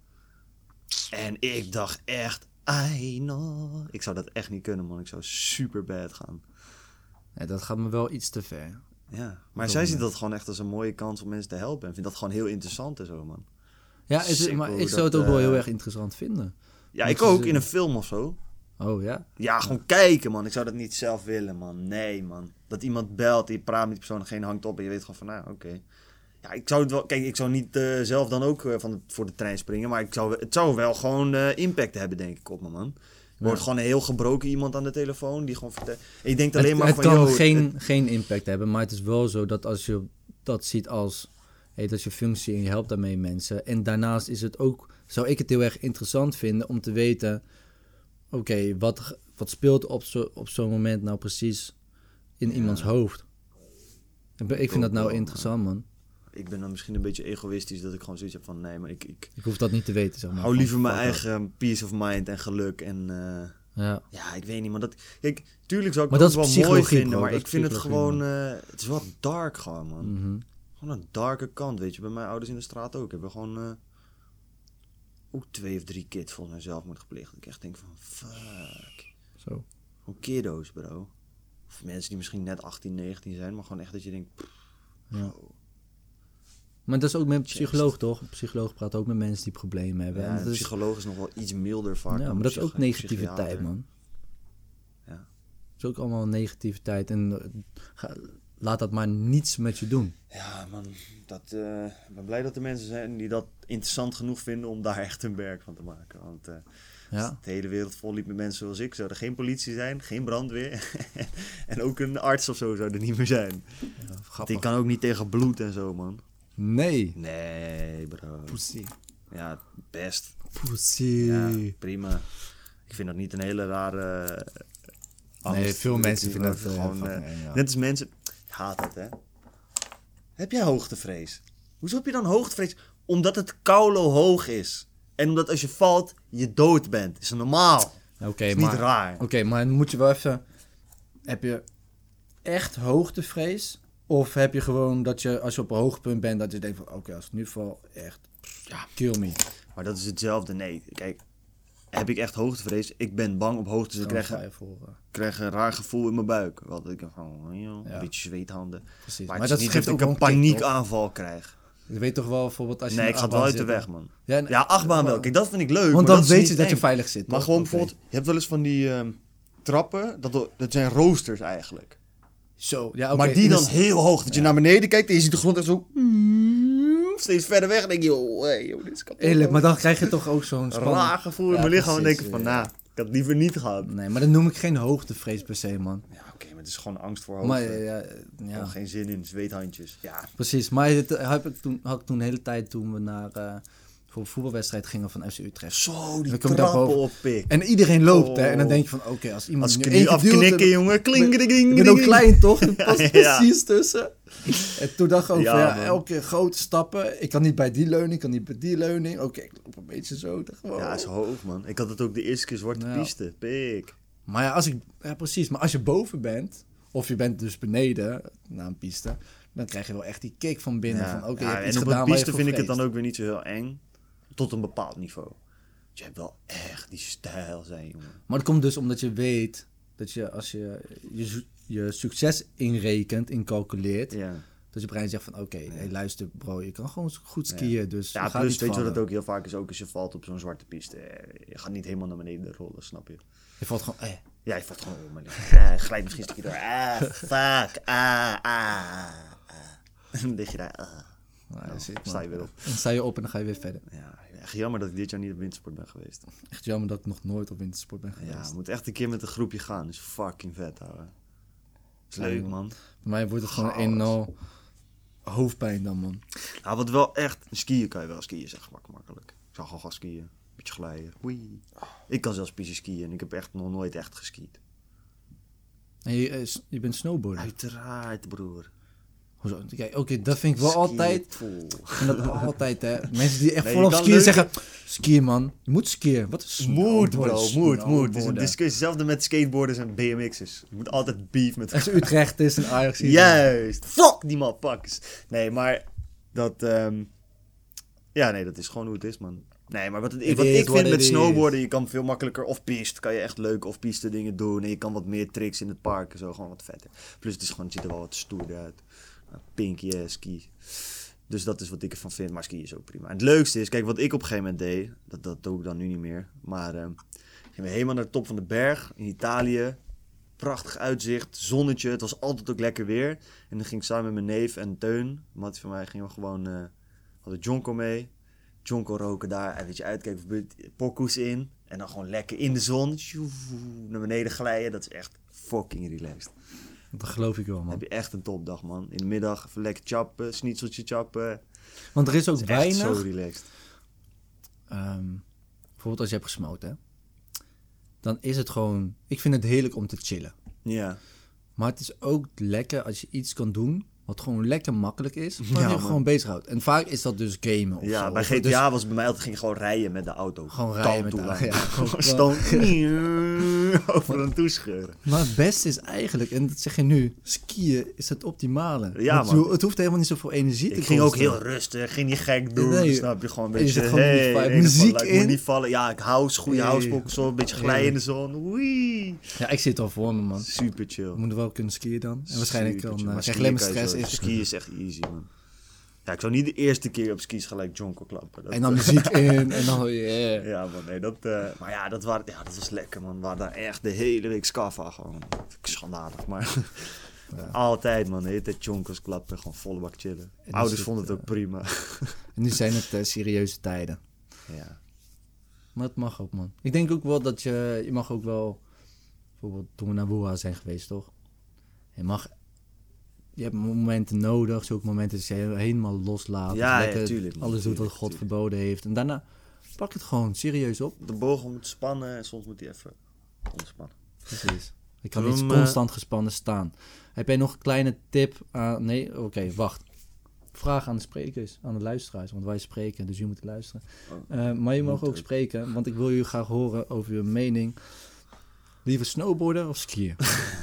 En ik dacht echt, I know. Ik zou dat echt niet kunnen, man. Ik zou super bad gaan. Ja, dat gaat me wel iets te ver. Ja, maar Op zij dat ziet moment. dat gewoon echt als een mooie kans om mensen te helpen. En vindt dat gewoon heel interessant en zo, man. Ja, is, Sick, maar hoe ik zou het dat, ook wel eh, heel erg interessant vinden. Ja, Dat ik is, ook, eh, in een film of zo. Oh ja? Ja, gewoon kijken, man. Ik zou dat niet zelf willen, man. Nee, man. Dat iemand belt, je praat met die persoon, geen hangt op en je weet gewoon van, nou, oké. Okay. Ja, ik zou het wel... Kijk, ik zou niet uh, zelf dan ook uh, van de, voor de trein springen, maar ik zou, het zou wel gewoon uh, impact hebben, denk ik, op me, man. Er wordt Ja. gewoon een heel gebroken iemand aan de telefoon die gewoon vertelt... Je denkt alleen Het, maar het van, kan yo, geen, het- geen impact hebben, maar het is wel zo dat als je dat ziet als... Hey, dat is je functie en je helpt daarmee mensen. En daarnaast is het ook... Zou ik het heel erg interessant vinden om te weten... Oké, okay, wat, wat speelt op, zo, op zo'n moment nou precies in Ja. iemands hoofd? Ik, ben- ik vind dat nou wel, interessant, man. Ik ben dan misschien een beetje egoïstisch dat ik gewoon zoiets heb van, nee, maar ik, ik Ik hoef dat niet te weten, zeg maar. hou liever mijn Fuck up. eigen peace of mind en geluk en... Uh, Ja. Ja, ik weet niet, man. Dat, kijk, tuurlijk zou ik Maar het dat ook is wel mooi psychologie, vinden, bro. maar Dat ik is vind het psychologie, gewoon... uh, het is wel dark gewoon, man. Mhm. Gewoon een darke kant, weet je. Bij mijn ouders in de straat ook. Hebben gewoon uh, ook twee of drie kids volgens mij zelfmoord gepleegd. Dat ik echt denk van, fuck. Zo. Gewoon kiddo's, bro. Of mensen die misschien net achttien, negentien zijn, maar gewoon echt dat je denkt... pff, Ja. oh. Maar dat is ook met een Chest. psycholoog, toch? Een psycholoog praat ook met mensen die problemen hebben. Ja, en een dat is, psycholoog is nog wel iets milder vaak. ja, dan maar dat is een ook psychi- negativiteit, psychiater. man. Ja. Dat is ook allemaal negativiteit. En uh, ga- laat dat maar niets met je doen. Ja, man. Dat, uh, ik ben blij dat er mensen zijn die dat interessant genoeg vinden om daar echt een werk van te maken. Want uh, Ja. als de hele wereld vol liep met mensen zoals ik, zou er geen politie zijn, geen brandweer. En ook een arts of zo zou er niet meer zijn. Ja, Die grappig. kan ook niet tegen bloed en zo, man. Nee. Nee, bro. Pussy. Ja, best. Pussy. Ja, prima. Ik vind dat niet een hele rare... uh, Nee, angst. veel Dat mensen is vinden niet dat, gewoon... eh, uh, fucking eng, ja. Net als mensen... Ik haat dat, hè. Heb jij hoogtevrees? Hoezo heb je dan hoogtevrees? Omdat het koulo hoog is. En omdat als je valt, je dood bent. Is normaal. Oké, is maar, niet raar. Oké, maar dan moet je wel even... Heb je echt hoogtevrees? Of heb je gewoon dat je, als je op een hoogtepunt bent, dat je denkt van... Oké, als ik nu val, echt... Ja, kill me. Maar dat is hetzelfde. Nee, kijk. Heb ik echt hoogtevrees? Ik ben bang op hoogte. Dus ik Gewoon krijg, vrij voor, uh, krijg een raar gevoel in mijn buik. Want ik denk van, joh, Ja. een beetje zweethanden. precies. Maar, Maar, het dat is niet geeft dat ook ik wel een een kick, toch? paniekaanval krijg. Je weet toch wel bijvoorbeeld als je Nee, in ik de ga wel uit de achtbaan weg, zit. man. Ja, nee, Ja, achtbaan wel. Kijk, dat vind ik leuk. Want maar dan dat is weet niet je dat je eng. veilig zit. Maar toch? gewoon Oké. bijvoorbeeld, je hebt wel eens van die ehm, trappen, dat, dat zijn roosters eigenlijk. Zo, ja, oké. maar die in de dan s- heel hoog, dat je naar beneden kijkt en je ziet de grond echt zo mm, steeds verder weg. En denk je, oh, hey, joh, dit is kapot. Eerlijk, maar dan krijg je toch ook zo'n spannend... raar gevoel in Ja, mijn lichaam. En precies, denk ik van, ja. nou, ik had het liever niet gehad. Nee, maar dat noem ik geen hoogtevrees per se, man. Ja, oké, maar het is gewoon angst voor hoofd. Maar ja, ja, Ja. ja. Geen zin in, zweethandjes. Ja, Precies. Maar het heb ik toen, had ik toen de hele tijd toen we naar uh, voor een voetbalwedstrijd gingen van F C Utrecht. zo, die Dan kom je trappen daarboven. op, pik. En iedereen loopt, hè. En dan Oh. denk je van, oké, okay, als iemand Als ik nu er nu één keer duwt, afknikken, dan- jongen. Kling, ding, ding, Ik ben ook ding. klein, toch? Het past Ja. precies tussen. En toen dacht ik ook Ja, van, ja, man. elke keer grote stappen. Ik kan niet bij die leuning, ik kan niet bij die leuning. Oké, ik loop een beetje zo. Dacht, wow. Ja, is hoog, man. Ik had het ook de eerste keer zwarte Nou. piste. Pik. Maar ja, als ik, ja, precies. Maar als je boven bent, of je bent dus beneden, na een piste, dan krijg je wel echt die kick van binnen. Ja. Van, oké, Ja, je hebt iets en op gedaan een waar je piste voor vind ik het dan vreest. ook weer niet zo heel eng. Tot een bepaald niveau. Je hebt wel echt die stijl zijn, jongen. Maar dat komt dus omdat je weet dat je, als je je, su- je succes inrekent, incalculeert, Ja. dat je brein zegt van, oké, hey, luister bro, je kan gewoon goed Ja. skiën, dus Ja, je gaat plus niet weet je wat vallen. het ook heel vaak is? Ook als je valt op zo'n zwarte piste. eh, Je gaat niet helemaal naar beneden rollen, snap je? Je valt gewoon, eh. Ja, je valt gewoon om. Maar ja, je glijdt misschien een stukje door. Ah, fuck. Ah, ah, ah. En dan lig je daar. Ah. Nou, Nou, dat zit, sta je man. weer op. Dan sta je op en dan ga je weer verder. Ja, echt jammer dat ik dit jaar niet op wintersport ben geweest. Echt jammer dat ik nog nooit op wintersport ben geweest. Ja, we moeten echt een keer met een groepje gaan. Dat is fucking vet, ouwe. Is leuk, man. Bij mij wordt het gewoon Chaos. een en al hoofdpijn dan, man. Nou, wat wel echt... Skiën kan je wel skiën, zeg maar, makkelijk. Ik zou gewoon gaan skiën. Beetje glijden. Wee. Ik kan zelfs pisje skiën en ik heb echt nog nooit echt geskiet. En je, eh, s- je bent snowboarder. Uiteraard, broer. Hoezo? Kijk, oké, dat vind ik wel Skiën altijd... vol. Ik vind dat altijd, hè. Mensen die echt Nee, je volop kan skiën leuk- zeggen... Skiën, man. Je moet skiën. Wat is Moet, snowboarden? bro. Moet, moet. Het is een Snowboarden. discussie. Hetzelfde met skateboarders en B M X'ers. Je moet altijd beef met Als Utrecht is en Ajax hier. Juist. Fuck die motherfuckers. Nee, maar dat... ehm, ja, nee, dat is gewoon hoe het is, man. Nee, maar wat, het, It wat is ik what vind it met is. snowboarden, je kan veel makkelijker off-piste. Kan je echt leuke off-piste dingen doen. En je kan wat meer tricks in het park en zo. Gewoon wat vetter. Plus het, is gewoon, het ziet er wel wat stoerder uit. Nou, pink, yeah, ski. Dus dat is wat ik ervan vind. Maar ski is ook prima. En het leukste is, kijk, wat ik op een gegeven moment deed. Dat, dat doe ik dan nu niet meer. Maar ehm gingen we helemaal naar de top van de berg in Italië. Prachtig uitzicht, zonnetje. Het was altijd ook lekker weer. En dan ging ik samen met mijn neef en Teun, Mattie van mij, gingen we gewoon... Uh, hadden Jonko mee. Jonko roken daar. En weet je, uitkijken, pokoes in. En dan gewoon lekker in de zon. Tjoef, naar beneden glijden. Dat is echt fucking relaxed. Dat geloof ik wel, Dan man. heb je echt een topdag, man. In de middag even lekker chappen, schnitzeltje chappen. Want er is ook Dat is echt weinig... zo relaxed. ehm, bijvoorbeeld als je hebt gesmoten, hè, dan is het gewoon... Ik vind het heerlijk om te chillen. Ja. Maar het is ook lekker als je iets kan doen... wat gewoon lekker makkelijk is... waar Ja, je man. gewoon bezighoudt. En vaak is dat dus gamen of Ja, zo. bij Of G T A dus was het bij mij altijd ging je gewoon rijden met de auto. Gewoon Kant rijden met toe de lang. auto, ja. Gewoon stoom. Over een toescheuren. Maar het beste is eigenlijk, en dat zeg je nu... skiën is het optimale. Ja, Want man. je- Het hoeft helemaal niet zoveel energie te Ik ging ook kosten. heel rustig, ging niet gek doen. Nee. Snap je, gewoon een En je beetje... zet gewoon in die vibe. nee, Muziek dat- ik moet in. niet vallen. Ja, ik house, goede Hey. housebox, zo een beetje glijden in de zon. Wee. Ja, ik zit al voor me, man. Super chill. We moeten wel kunnen skiën dan. En waarschijnlijk Super kan chill. uh, Maar krijg je skiën alleen maar kan je stress. zo- Is Skiën is echt easy, man. Ja, ik zou niet de eerste keer op skis gelijk jonko klappen. Dat, En dan muziek in en dan... Yeah. Ja, man, nee, dat... eh, maar ja dat, waren, ja, dat was lekker, man. We waren daar echt de hele week scaffa gewoon. Schandalig, maar... Ja. Altijd, man. De hele tijd jonkos klappen, gewoon volle bak chillen. En Ouders is vonden het het, ook prima. En nu zijn het uh, serieuze tijden. Ja. Maar het mag ook, man. Ik denk ook wel dat je... Je mag ook wel... Bijvoorbeeld toen we naar Woeha zijn geweest, toch? Je mag... Je hebt momenten nodig. Zulke momenten dat je helemaal loslaat. Ja, Dat je ja, lekker tuurlijk, man, alles doet wat tuurlijk, God tuurlijk. verboden heeft. En daarna pak het gewoon serieus op. De bogen moet spannen en soms moet hij even ontspannen. Precies. Ik kan Zullen niet we hem, eh, constant gespannen staan. Heb jij nog een kleine tip aan... Nee? Oké, wacht. Vraag aan de sprekers, aan de luisteraars. Want wij spreken, dus jullie moeten luisteren. Uh, maar je mag Moet ook ook. spreken, want ik wil jullie graag horen over je mening. Liever snowboarden of skiën?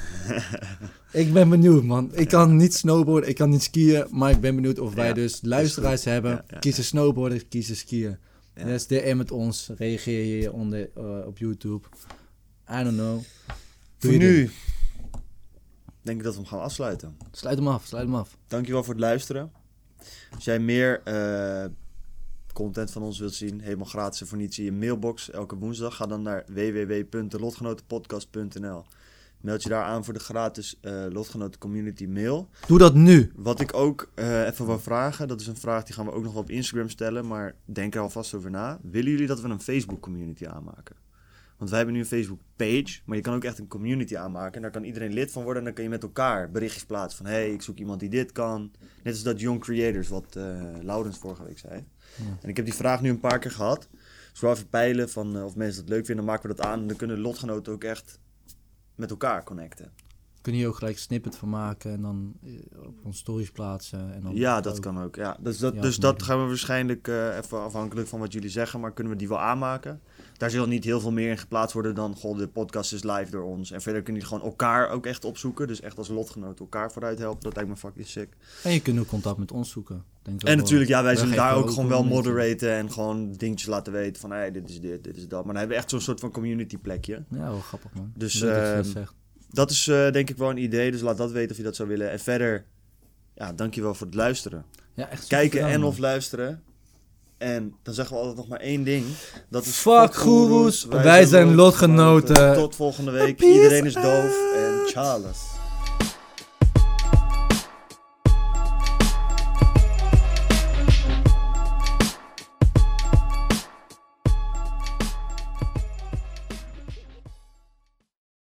Ik ben benieuwd, man. Ik kan niet snowboarden, ik kan niet skiën. Maar ik ben benieuwd of wij Ja, dus luisteraars goed. hebben. Ja, ja, Kiezen snowboarden, kiezen skiën. Ja. Dus D M met ons. Reageer je onder, uh, op YouTube. I don't know. Doe Voor je nu ding. denk ik dat we hem gaan afsluiten. Sluit hem af, sluit hem af. Dankjewel voor het luisteren. Als jij meer eh, content van ons wilt zien, helemaal gratis en voor niets in je mailbox elke woensdag, ga dan naar w w w punt de lotgenotenpodcast punt n l. Meld je daar aan voor de gratis uh, Lotgenoten Community mail. Doe dat nu. Wat ik ook uh, even wil vragen, dat is een vraag die gaan we ook nog wel op Instagram stellen, maar denk er alvast over na. Willen jullie dat we een Facebook community aanmaken? Want wij hebben nu een Facebook page, maar je kan ook echt een community aanmaken. En daar kan iedereen lid van worden en dan kan je met elkaar berichtjes plaatsen van... hey, ik zoek iemand die dit kan. Net als dat Young Creators, wat uh, Laurens vorige week zei. Ja. En ik heb die vraag nu een paar keer gehad. Dus we even peilen van uh, of mensen dat leuk vinden, dan maken we dat aan. En dan kunnen lotgenoten ook echt met elkaar connecten. Kun je ook gelijk een snippet van maken en dan op onze stories plaatsen. En dan ja, dat ook. kan ook. Ja. Dus, dat, ja, dus dat gaan we waarschijnlijk, uh, even afhankelijk van wat jullie zeggen, maar kunnen we die wel aanmaken. Daar zal niet heel veel meer in geplaatst worden dan, goh, de podcast is live door ons. En verder kun je gewoon elkaar ook echt opzoeken. Dus echt als lotgenoten elkaar vooruit helpen. Dat lijkt me fucking sick. En je kunt ook contact met ons zoeken. Denk en natuurlijk, wel, ja, wij zullen daar ook, ook gewoon wel moderaten en gewoon dingetjes laten weten van, hé, hey, dit is dit, dit is dat. Maar dan hebben we echt zo'n soort van community plekje. Ja, wel grappig, man. Dus uh, dat is uh, denk ik wel een idee. Dus laat dat weten of je dat zou willen. En verder, ja, dankjewel voor het luisteren. Ja, echt kijken gedaan, en man. of luisteren. En dan zeggen we altijd nog maar één ding. Dat is fuck goeroes. Wij, Wij zijn lotgenoten. Tot volgende week. Peace Iedereen is doof. En Charles.